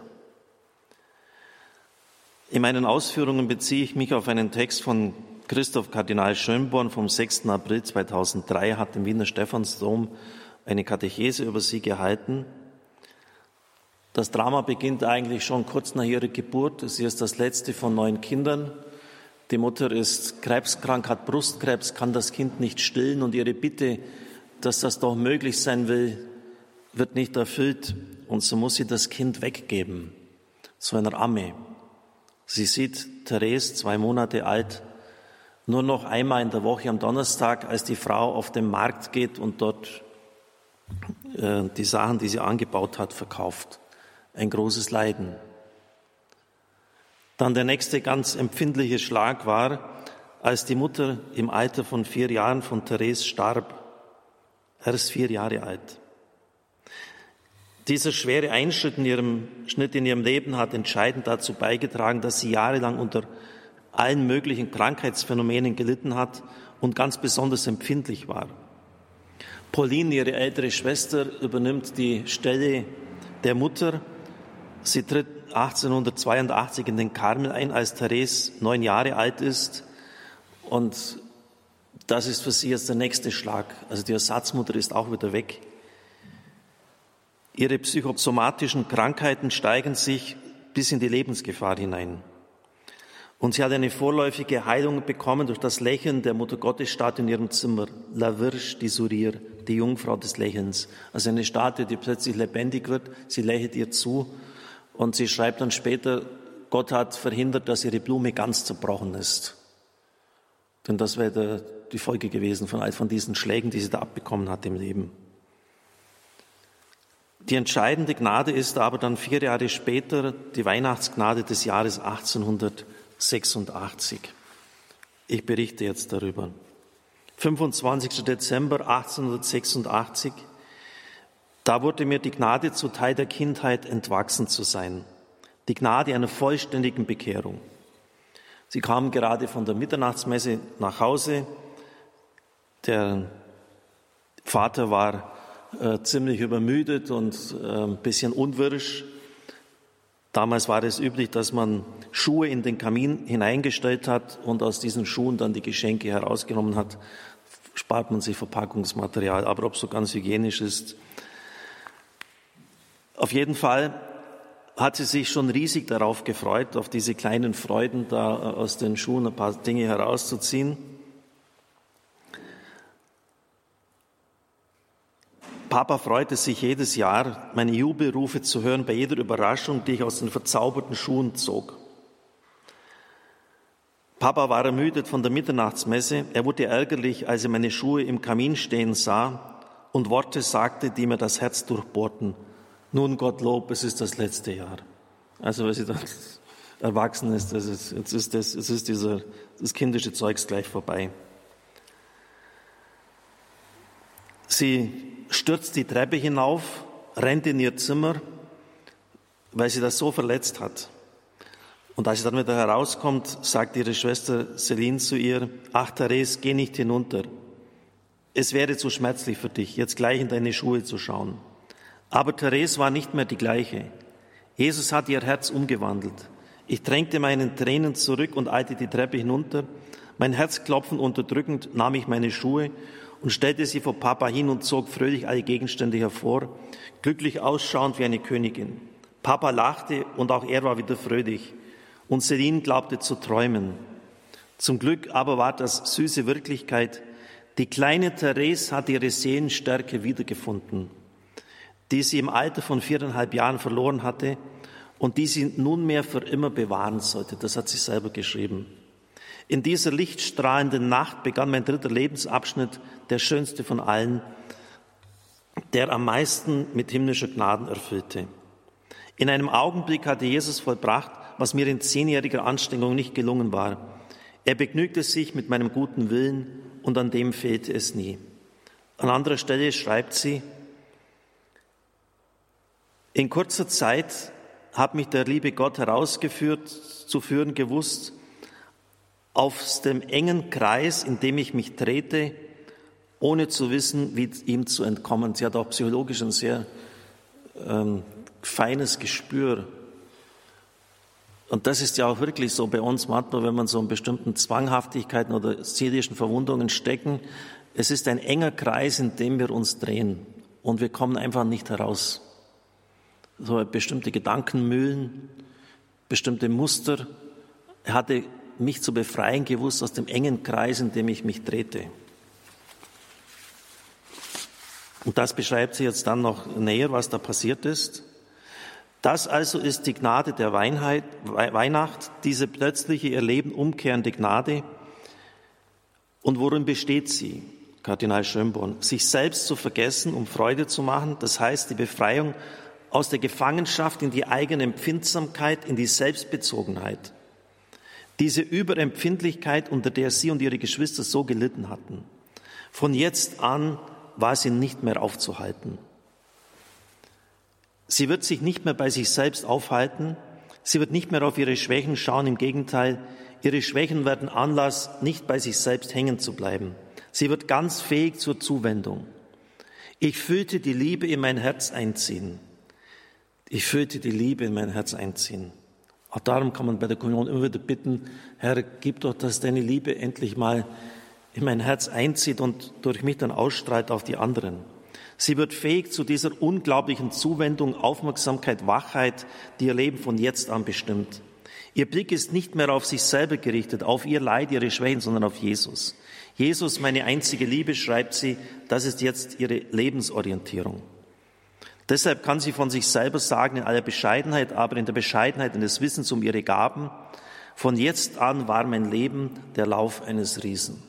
In meinen Ausführungen beziehe ich mich auf einen Text von Christoph Kardinal Schönborn vom sechsten April zweitausenddrei, hat im Wiener Stephansdom eine Katechese über sie gehalten. Das Drama beginnt eigentlich schon kurz nach ihrer Geburt. Sie ist das letzte von neun Kindern. Die Mutter ist krebskrank, hat Brustkrebs, kann das Kind nicht stillen und ihre Bitte, dass das doch möglich sein will, wird nicht erfüllt und so muss sie das Kind weggeben zu einer Amme. Sie sieht Therese, zwei Monate alt, nur noch einmal in der Woche am Donnerstag, als die Frau auf den Markt geht und dort äh, die Sachen, die sie angebaut hat, verkauft. Ein großes Leiden. Dann der nächste ganz empfindliche Schlag war, als die Mutter im Alter von vier Jahren von Therese starb. Er ist vier Jahre alt. Dieser schwere Einschnitt in ihrem, Schnitt in ihrem Leben hat entscheidend dazu beigetragen, dass sie jahrelang unter allen möglichen Krankheitsphänomenen gelitten hat und ganz besonders empfindlich war. Pauline, ihre ältere Schwester, übernimmt die Stelle der Mutter. Sie tritt achtzehnhundertzweiundachtzig in den Karmel ein, als Therese neun Jahre alt ist. Und das ist für sie jetzt der nächste Schlag. Also die Ersatzmutter ist auch wieder weg. Ihre psychosomatischen Krankheiten steigern sich bis in die Lebensgefahr hinein. Und sie hat eine vorläufige Heilung bekommen durch das Lächeln der Muttergottesstatue in ihrem Zimmer. La Vierge du Sourire, die Jungfrau des Lächelns. Also eine Statue, die plötzlich lebendig wird. Sie lächelt ihr zu. Und sie schreibt dann später, Gott hat verhindert, dass ihre Blume ganz zerbrochen ist. Denn das wäre die Folge gewesen von all von diesen Schlägen, die sie da abbekommen hat im Leben. Die entscheidende Gnade ist aber dann vier Jahre später die Weihnachtsgnade des Jahres achtzehnhundertsechsundachtzig. Ich berichte jetzt darüber. fünfundzwanzigster Dezember achtzehnhundertsechsundachtzig. Da wurde mir die Gnade zuteil, der Kindheit entwachsen zu sein. Die Gnade einer vollständigen Bekehrung. Sie kam gerade von der Mitternachtsmesse nach Hause. Der Vater war äh, ziemlich übermüdet und äh, ein bisschen unwirsch. Damals war es üblich, dass man Schuhe in den Kamin hineingestellt hat und aus diesen Schuhen dann die Geschenke herausgenommen hat. Spart man sich Verpackungsmaterial. Aber ob es so ganz hygienisch ist, auf jeden Fall hat sie sich schon riesig darauf gefreut, auf diese kleinen Freuden, da aus den Schuhen ein paar Dinge herauszuziehen. Papa freute sich jedes Jahr, meine Jubelrufe zu hören bei jeder Überraschung, die ich aus den verzauberten Schuhen zog. Papa war ermüdet von der Mitternachtsmesse. Er wurde ärgerlich, als er meine Schuhe im Kamin stehen sah und Worte sagte, die mir das Herz durchbohrten. Nun, Gottlob, es ist das letzte Jahr. Also, weil sie dann erwachsen ist, das ist jetzt ist das, jetzt ist dieser, das kindische Zeugs gleich vorbei. Sie stürzt die Treppe hinauf, rennt in ihr Zimmer, weil sie das so verletzt hat. Und als sie dann wieder herauskommt, sagt ihre Schwester Celine zu ihr, ach Therese, geh nicht hinunter. Es wäre zu schmerzlich für dich, jetzt gleich in deine Schuhe zu schauen. Aber Therese war nicht mehr die gleiche. Jesus hat ihr Herz umgewandelt. Ich drängte meinen Tränen zurück und eilte die Treppe hinunter. Mein Herzklopfen unterdrückend nahm ich meine Schuhe und stellte sie vor Papa hin und zog fröhlich alle Gegenstände hervor, glücklich ausschauend wie eine Königin. Papa lachte und auch er war wieder fröhlich. Und Celine glaubte zu träumen. Zum Glück aber war das süße Wirklichkeit. Die kleine Therese hat ihre Seelenstärke wiedergefunden, die sie im Alter von viereinhalb Jahren verloren hatte und die sie nunmehr für immer bewahren sollte. Das hat sie selber geschrieben. In dieser lichtstrahlenden Nacht begann mein dritter Lebensabschnitt, der schönste von allen, der am meisten mit himmlischer Gnaden erfüllte. In einem Augenblick hatte Jesus vollbracht, was mir in zehnjähriger Anstrengung nicht gelungen war. Er begnügte sich mit meinem guten Willen und an dem fehlte es nie. An anderer Stelle schreibt sie, in kurzer Zeit hat mich der liebe Gott herausgeführt, zu führen gewusst, aus dem engen Kreis, in dem ich mich drehte, ohne zu wissen, wie ihm zu entkommen. Sie hat auch psychologisch ein sehr ähm, feines Gespür. Und das ist ja auch wirklich so bei uns manchmal, wenn man so in bestimmten Zwanghaftigkeiten oder seelischen Verwundungen stecken. Es ist ein enger Kreis, in dem wir uns drehen und wir kommen einfach nicht heraus. So bestimmte Gedankenmühlen, bestimmte Muster. Er hatte mich zu befreien gewusst aus dem engen Kreis, in dem ich mich drehte. Und das beschreibt sie jetzt dann noch näher, was da passiert ist. Das also ist die Gnade der Weinheit, Weihnacht, diese plötzliche ihr Leben umkehrende Gnade. Und worin besteht sie? Kardinal Schönborn, sich selbst zu vergessen, um Freude zu machen, das heißt die Befreiung aus der Gefangenschaft in die eigene Empfindsamkeit, in die Selbstbezogenheit. Diese Überempfindlichkeit, unter der sie und ihre Geschwister so gelitten hatten. Von jetzt an war sie nicht mehr aufzuhalten. Sie wird sich nicht mehr bei sich selbst aufhalten, sie wird nicht mehr auf ihre Schwächen schauen, im Gegenteil, ihre Schwächen werden Anlass, nicht bei sich selbst hängen zu bleiben. Sie wird ganz fähig zur Zuwendung. Ich fühlte die Liebe in mein Herz einziehen. Ich fühlte die Liebe in mein Herz einziehen. Auch darum kann man bei der Kommunion immer wieder bitten, Herr, gib doch, dass deine Liebe endlich mal in mein Herz einzieht und durch mich dann ausstrahlt auf die anderen. Sie wird fähig zu dieser unglaublichen Zuwendung, Aufmerksamkeit, Wachheit, die ihr Leben von jetzt an bestimmt. Ihr Blick ist nicht mehr auf sich selber gerichtet, auf ihr Leid, ihre Schwächen, sondern auf Jesus. Jesus, meine einzige Liebe, schreibt sie, das ist jetzt ihre Lebensorientierung. Deshalb kann sie von sich selber sagen, in aller Bescheidenheit, aber in der Bescheidenheit und des Wissens um ihre Gaben, von jetzt an war mein Leben der Lauf eines Riesen.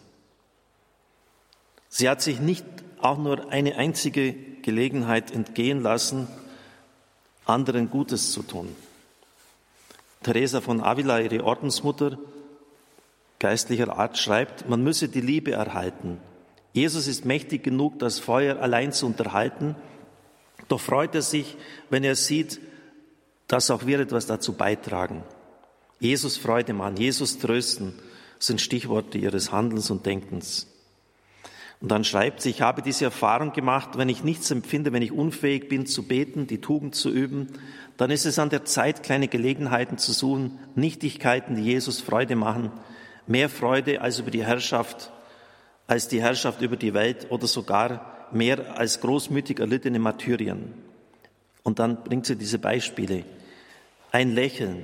Sie hat sich nicht auch nur eine einzige Gelegenheit entgehen lassen, anderen Gutes zu tun. Teresa von Avila, ihre Ordensmutter, geistlicher Art, schreibt, man müsse die Liebe erhalten. Jesus ist mächtig genug, das Feuer allein zu unterhalten, doch freut er sich, wenn er sieht, dass auch wir etwas dazu beitragen. Jesus Freude machen, Jesus trösten, sind Stichworte ihres Handelns und Denkens. Und dann schreibt sie, ich habe diese Erfahrung gemacht, wenn ich nichts empfinde, wenn ich unfähig bin zu beten, die Tugend zu üben, dann ist es an der Zeit, kleine Gelegenheiten zu suchen, Nichtigkeiten, die Jesus Freude machen, mehr Freude als über die Herrschaft, als die Herrschaft über die Welt oder sogar mehr als großmütig erlittene Martyrien. Und dann bringt sie diese Beispiele. Ein Lächeln,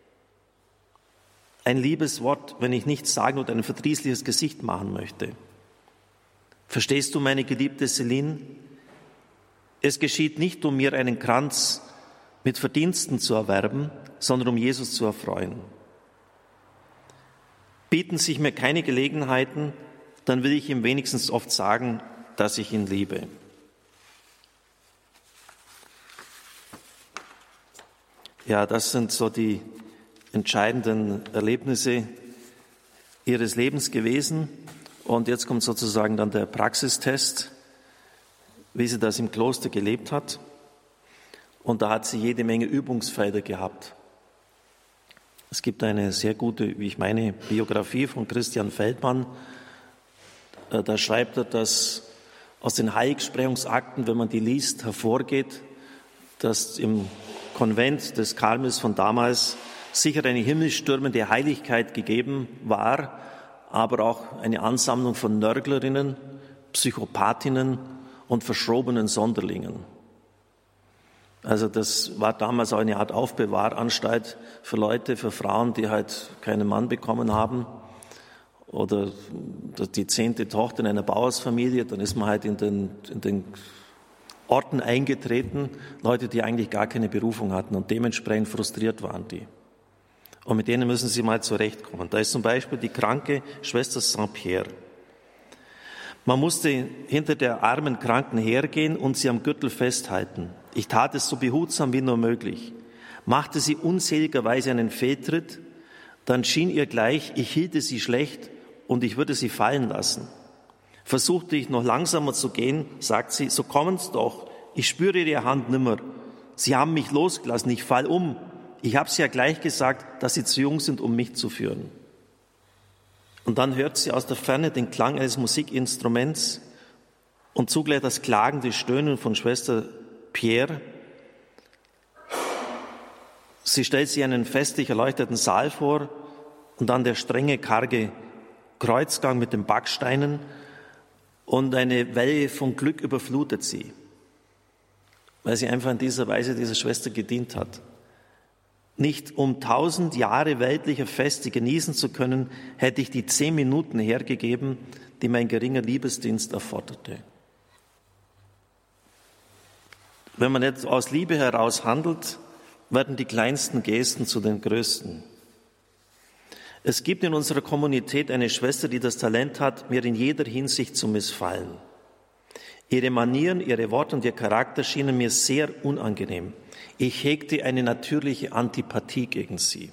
ein liebes Wort, wenn ich nichts sagen oder ein verdrießliches Gesicht machen möchte. Verstehst du, meine geliebte Celine? Es geschieht nicht, um mir einen Kranz mit Verdiensten zu erwerben, sondern um Jesus zu erfreuen. Bieten sich mir keine Gelegenheiten, dann will ich ihm wenigstens oft sagen, dass ich ihn liebe. Ja, das sind so die entscheidenden Erlebnisse ihres Lebens gewesen. Und jetzt kommt sozusagen dann der Praxistest, wie sie das im Kloster gelebt hat. Und da hat sie jede Menge Übungsfelder gehabt. Es gibt eine sehr gute, wie ich meine, Biografie von Christian Feldmann. Da schreibt er, dass aus den Heiligsprechungsakten, wenn man die liest, hervorgeht, dass im Konvent des Karmels von damals sicher eine himmelstürmende Heiligkeit gegeben war, aber auch eine Ansammlung von Nörglerinnen, Psychopathinnen und verschrobenen Sonderlingen. Also das war damals auch eine Art Aufbewahranstalt für Leute, für Frauen, die halt keinen Mann bekommen haben oder die zehnte Tochter in einer Bauersfamilie, dann ist man halt in den, in den Orten eingetreten, Leute, die eigentlich gar keine Berufung hatten und dementsprechend frustriert waren die. Und mit denen müssen sie mal zurechtkommen. Da ist zum Beispiel die kranke Schwester Saint-Pierre. Man musste hinter der armen Kranken hergehen und sie am Gürtel festhalten. Ich tat es so behutsam wie nur möglich. Machte sie unseligerweise einen Fehltritt, dann schien ihr gleich, ich hielte sie schlecht und ich würde sie fallen lassen. Versuchte ich noch langsamer zu gehen, sagt sie, so kommen's doch, ich spüre Ihre Hand nimmer. Sie haben mich losgelassen, ich fall um. Ich habe Sie ja gleich gesagt, dass Sie zu jung sind, um mich zu führen. Und dann hört sie aus der Ferne den Klang eines Musikinstruments und zugleich das klagende Stöhnen von Schwester Pierre. Sie stellt sich einen festlich erleuchteten Saal vor und dann der strenge, karge Kreuzgang mit den Backsteinen und eine Welle von Glück überflutet sie, weil sie einfach in dieser Weise dieser Schwester gedient hat. Nicht um tausend Jahre weltlicher Feste genießen zu können, hätte ich die zehn Minuten hergegeben, die mein geringer Liebesdienst erforderte. Wenn man nicht aus Liebe heraus handelt, werden die kleinsten Gesten zu den größten. Es gibt in unserer Kommunität eine Schwester, die das Talent hat, mir in jeder Hinsicht zu missfallen. Ihre Manieren, ihre Worte und ihr Charakter schienen mir sehr unangenehm. Ich hegte eine natürliche Antipathie gegen sie.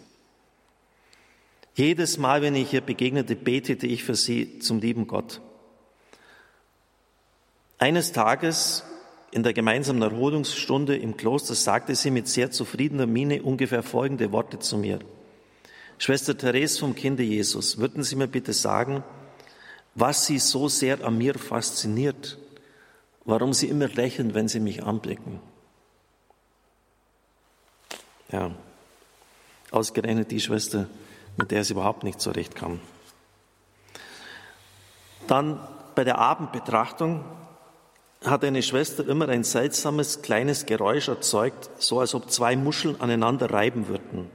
Jedes Mal, wenn ich ihr begegnete, betete ich für sie zum lieben Gott. Eines Tages in der gemeinsamen Erholungsstunde im Kloster sagte sie mit sehr zufriedener Miene ungefähr folgende Worte zu mir. Schwester Therese vom Kinde Jesus, würden Sie mir bitte sagen, was Sie so sehr an mir fasziniert, warum Sie immer lächeln, wenn Sie mich anblicken? Ja, ausgerechnet die Schwester, mit der sie überhaupt nicht zurechtkam. Dann bei der Abendbetrachtung hat eine Schwester immer ein seltsames kleines Geräusch erzeugt, so als ob zwei Muscheln aneinander reiben würden.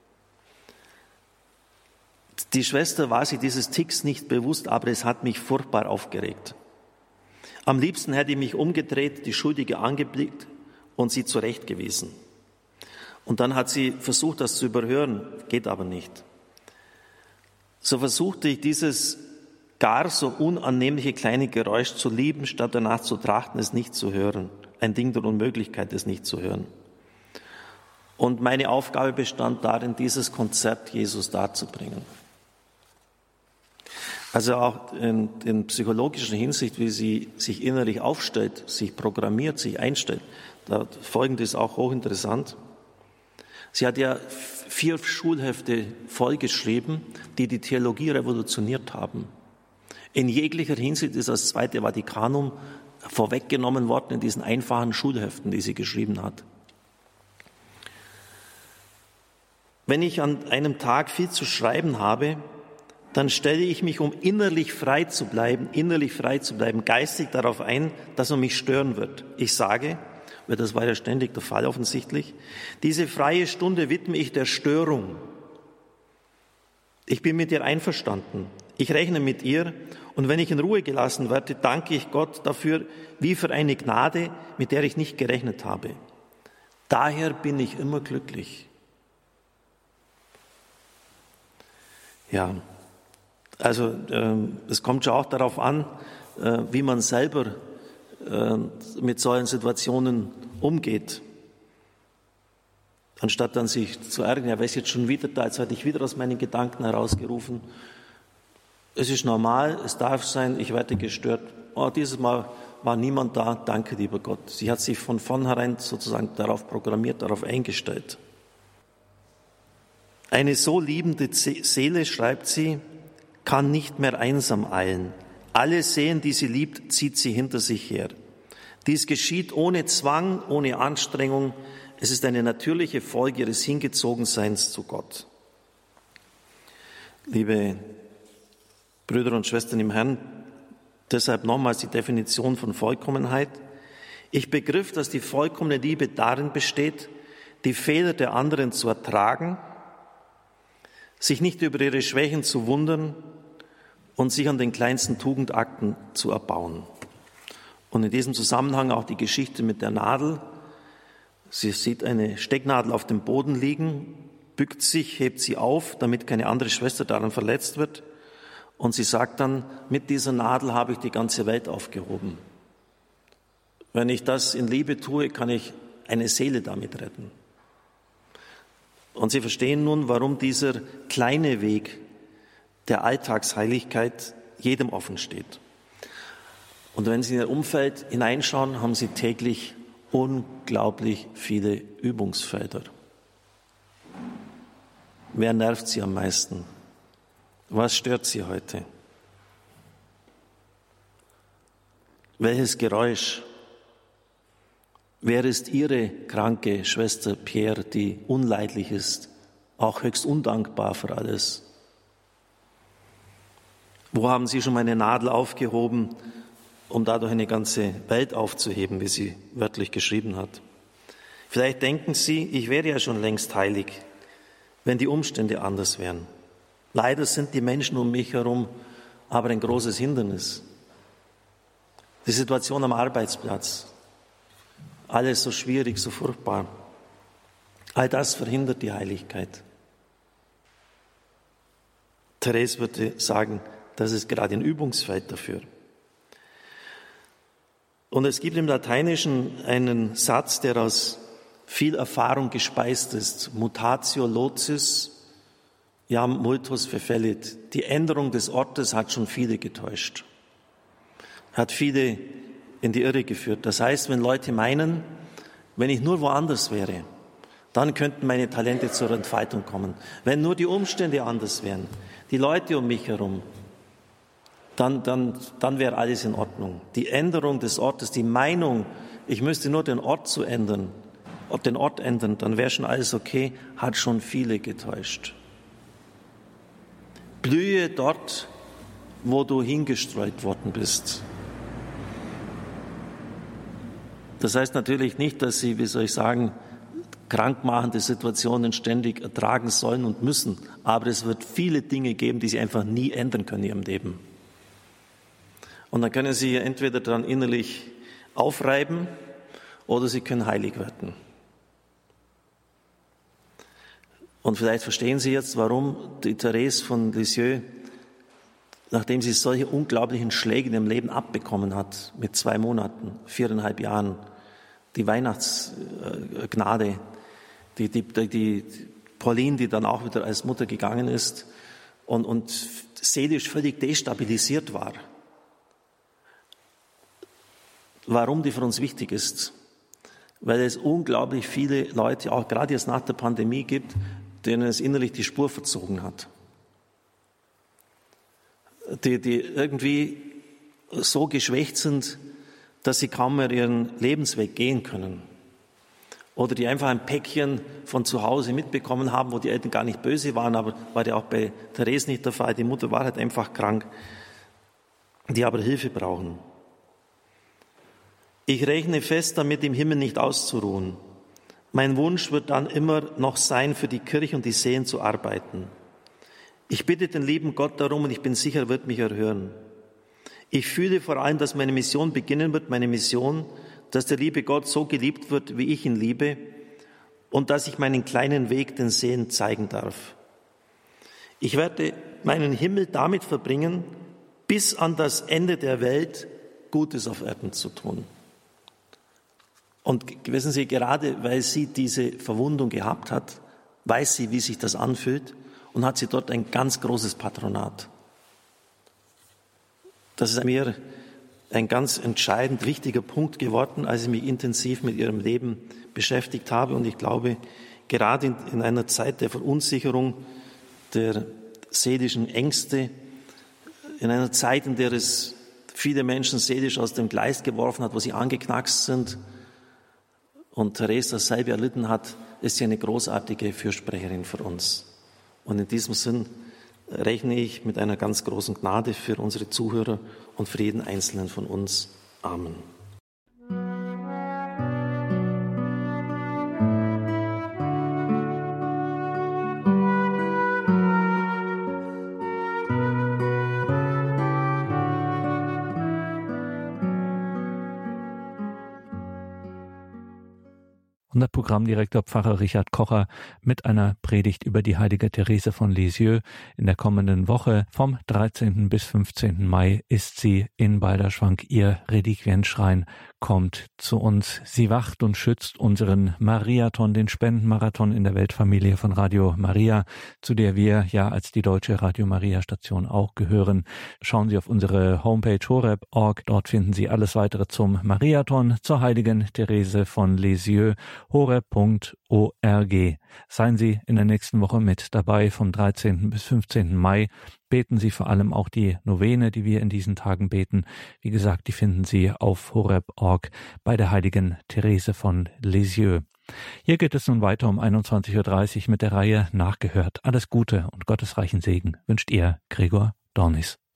Die Schwester war sich dieses Ticks nicht bewusst, aber es hat mich furchtbar aufgeregt. Am liebsten hätte ich mich umgedreht, die Schuldige angeblickt und sie zurechtgewiesen. Und dann hat sie versucht, das zu überhören, geht aber nicht. So versuchte ich dieses gar so unannehmliche kleine Geräusch zu lieben, statt danach zu trachten, es nicht zu hören. Ein Ding der Unmöglichkeit, es nicht zu hören. Und meine Aufgabe bestand darin, dieses Konzept Jesus darzubringen. Also auch in, in psychologischer Hinsicht, wie sie sich innerlich aufstellt, sich programmiert, sich einstellt. Da Folgendes auch hochinteressant. Sie hat ja vier Schulhefte vollgeschrieben, die die Theologie revolutioniert haben. In jeglicher Hinsicht ist das Zweite Vatikanum vorweggenommen worden in diesen einfachen Schulheften, die sie geschrieben hat. Wenn ich an einem Tag viel zu schreiben habe, dann stelle ich mich, um innerlich frei zu bleiben, innerlich frei zu bleiben, geistig darauf ein, dass man mich stören wird. Ich sage, weil das war ja ständig der Fall offensichtlich, diese freie Stunde widme ich der Störung. Ich bin mit ihr einverstanden. Ich rechne mit ihr und wenn ich in Ruhe gelassen werde, danke ich Gott dafür, wie für eine Gnade, mit der ich nicht gerechnet habe. Daher bin ich immer glücklich. Ja, also äh, es kommt schon auch darauf an, äh, wie man selber äh, mit solchen Situationen umgeht. Anstatt dann sich zu ärgern, ja, wer ist jetzt schon wieder da, jetzt werde ich wieder aus meinen Gedanken herausgerufen. Es ist normal, es darf sein, ich werde gestört. Oh, dieses Mal war niemand da, danke lieber Gott. Sie hat sich von vornherein sozusagen darauf programmiert, darauf eingestellt. Eine so liebende Seele, schreibt sie, kann nicht mehr einsam eilen. Alle Seelen, die sie liebt, zieht sie hinter sich her. Dies geschieht ohne Zwang, ohne Anstrengung. Es ist eine natürliche Folge ihres Hingezogenseins zu Gott. Liebe Brüder und Schwestern im Herrn, deshalb nochmals die Definition von Vollkommenheit. Ich begriff, dass die vollkommene Liebe darin besteht, die Fehler der anderen zu ertragen, sich nicht über ihre Schwächen zu wundern und sich an den kleinsten Tugendakten zu erbauen. Und in diesem Zusammenhang auch die Geschichte mit der Nadel. Sie sieht eine Stecknadel auf dem Boden liegen, bückt sich, hebt sie auf, damit keine andere Schwester daran verletzt wird. Und sie sagt dann, mit dieser Nadel habe ich die ganze Welt aufgehoben. Wenn ich das in Liebe tue, kann ich eine Seele damit retten. Und Sie verstehen nun, warum dieser kleine Weg der Alltagsheiligkeit jedem offen steht. Und wenn Sie in Ihr Umfeld hineinschauen, haben Sie täglich unglaublich viele Übungsfelder. Wer nervt Sie am meisten? Was stört Sie heute? Welches Geräusch? Wer ist Ihre kranke Schwester Pierre, die unleidlich ist, auch höchst undankbar für alles? Wo haben Sie schon mal eine Nadel aufgehoben, um dadurch eine ganze Welt aufzuheben, wie sie wörtlich geschrieben hat? Vielleicht denken Sie, ich wäre ja schon längst heilig, wenn die Umstände anders wären. Leider sind die Menschen um mich herum aber ein großes Hindernis. Die Situation am Arbeitsplatz, alles so schwierig, so furchtbar. All das verhindert die Heiligkeit. Therese würde sagen, das ist gerade ein Übungsfeld dafür. Und es gibt im Lateinischen einen Satz, der aus viel Erfahrung gespeist ist. Mutatio locis, jam multos verfellit. Die Änderung des Ortes hat schon viele getäuscht. Hat viele in die Irre geführt. Das heißt, wenn Leute meinen, wenn ich nur woanders wäre, dann könnten meine Talente zur Entfaltung kommen. Wenn nur die Umstände anders wären, die Leute um mich herum, dann, dann, dann wäre alles in Ordnung. Die Änderung des Ortes, die Meinung, ich müsste nur den Ort zu ändern, den Ort ändern, dann wäre schon alles okay, hat schon viele getäuscht. Blühe dort, wo du hingestreut worden bist. Das heißt natürlich nicht, dass Sie, wie soll ich sagen, krankmachende Situationen ständig ertragen sollen und müssen. Aber es wird viele Dinge geben, die Sie einfach nie ändern können in Ihrem Leben. Und dann können Sie entweder dann innerlich aufreiben oder Sie können heilig werden. Und vielleicht verstehen Sie jetzt, warum die Therese von Lisieux, nachdem sie solche unglaublichen Schläge in ihrem Leben abbekommen hat, mit zwei Monaten, viereinhalb Jahren, die Weihnachtsgnade, die, die, die Pauline, die dann auch wieder als Mutter gegangen ist und, und seelisch völlig destabilisiert war. Warum die für uns wichtig ist? Weil es unglaublich viele Leute, auch gerade jetzt nach der Pandemie gibt, denen es innerlich die Spur verzogen hat. Die, die irgendwie so geschwächt sind, dass sie kaum mehr ihren Lebensweg gehen können. Oder die einfach ein Päckchen von zu Hause mitbekommen haben, wo die Eltern gar nicht böse waren, aber war ja auch bei Therese nicht der Fall. Die Mutter war halt einfach krank, die aber Hilfe brauchen. Ich rechne fest damit, im Himmel nicht auszuruhen. Mein Wunsch wird dann immer noch sein, für die Kirche und die Seelen zu arbeiten. Ich bitte den lieben Gott darum und ich bin sicher, er wird mich erhören. Ich fühle vor allem, dass meine Mission beginnen wird, meine Mission, dass der liebe Gott so geliebt wird, wie ich ihn liebe und dass ich meinen kleinen Weg den Seelen zeigen darf. Ich werde meinen Himmel damit verbringen, bis an das Ende der Welt Gutes auf Erden zu tun. Und wissen Sie, gerade weil sie diese Verwundung gehabt hat, weiß sie, wie sich das anfühlt und hat sie dort ein ganz großes Patronat. Das ist mir ein ganz entscheidend wichtiger Punkt geworden, als ich mich intensiv mit ihrem Leben beschäftigt habe. Und ich glaube, gerade in, in einer Zeit der Verunsicherung, der seelischen Ängste, in einer Zeit, in der es viele Menschen seelisch aus dem Gleis geworfen hat, wo sie angeknackst sind, und Therese dasselbe erlitten hat, ist sie eine großartige Fürsprecherin für uns. Und in diesem Sinn rechne ich mit einer ganz großen Gnade für unsere Zuhörer und für jeden Einzelnen von uns. Amen. Und unser Programmdirektor Pfarrer Richard Kocher mit einer Predigt über die heilige Therese von Lisieux. In der kommenden Woche vom dreizehnten bis fünfzehnten Mai ist sie in Balderschwang. Ihr Reliquienschrein kommt zu uns. Sie wacht und schützt unseren Mariathon, den Spendenmarathon in der Weltfamilie von Radio Maria, zu der wir ja als die deutsche Radio Maria Station auch gehören. Schauen Sie auf unsere Homepage horeb punkt org. Dort finden Sie alles weitere zum Mariathon, zur heiligen Therese von Lisieux, horeb punkt org. Seien Sie in der nächsten Woche mit dabei vom dreizehnten bis fünfzehnten Mai. Beten Sie vor allem auch die Novene, die wir in diesen Tagen beten. Wie gesagt, die finden Sie auf horeb punkt org bei der heiligen Therese von Lisieux. Hier geht es nun weiter um einundzwanzig Uhr dreißig mit der Reihe Nachgehört. Alles Gute und gottesreichen Segen wünscht Ihr Gregor Dornis.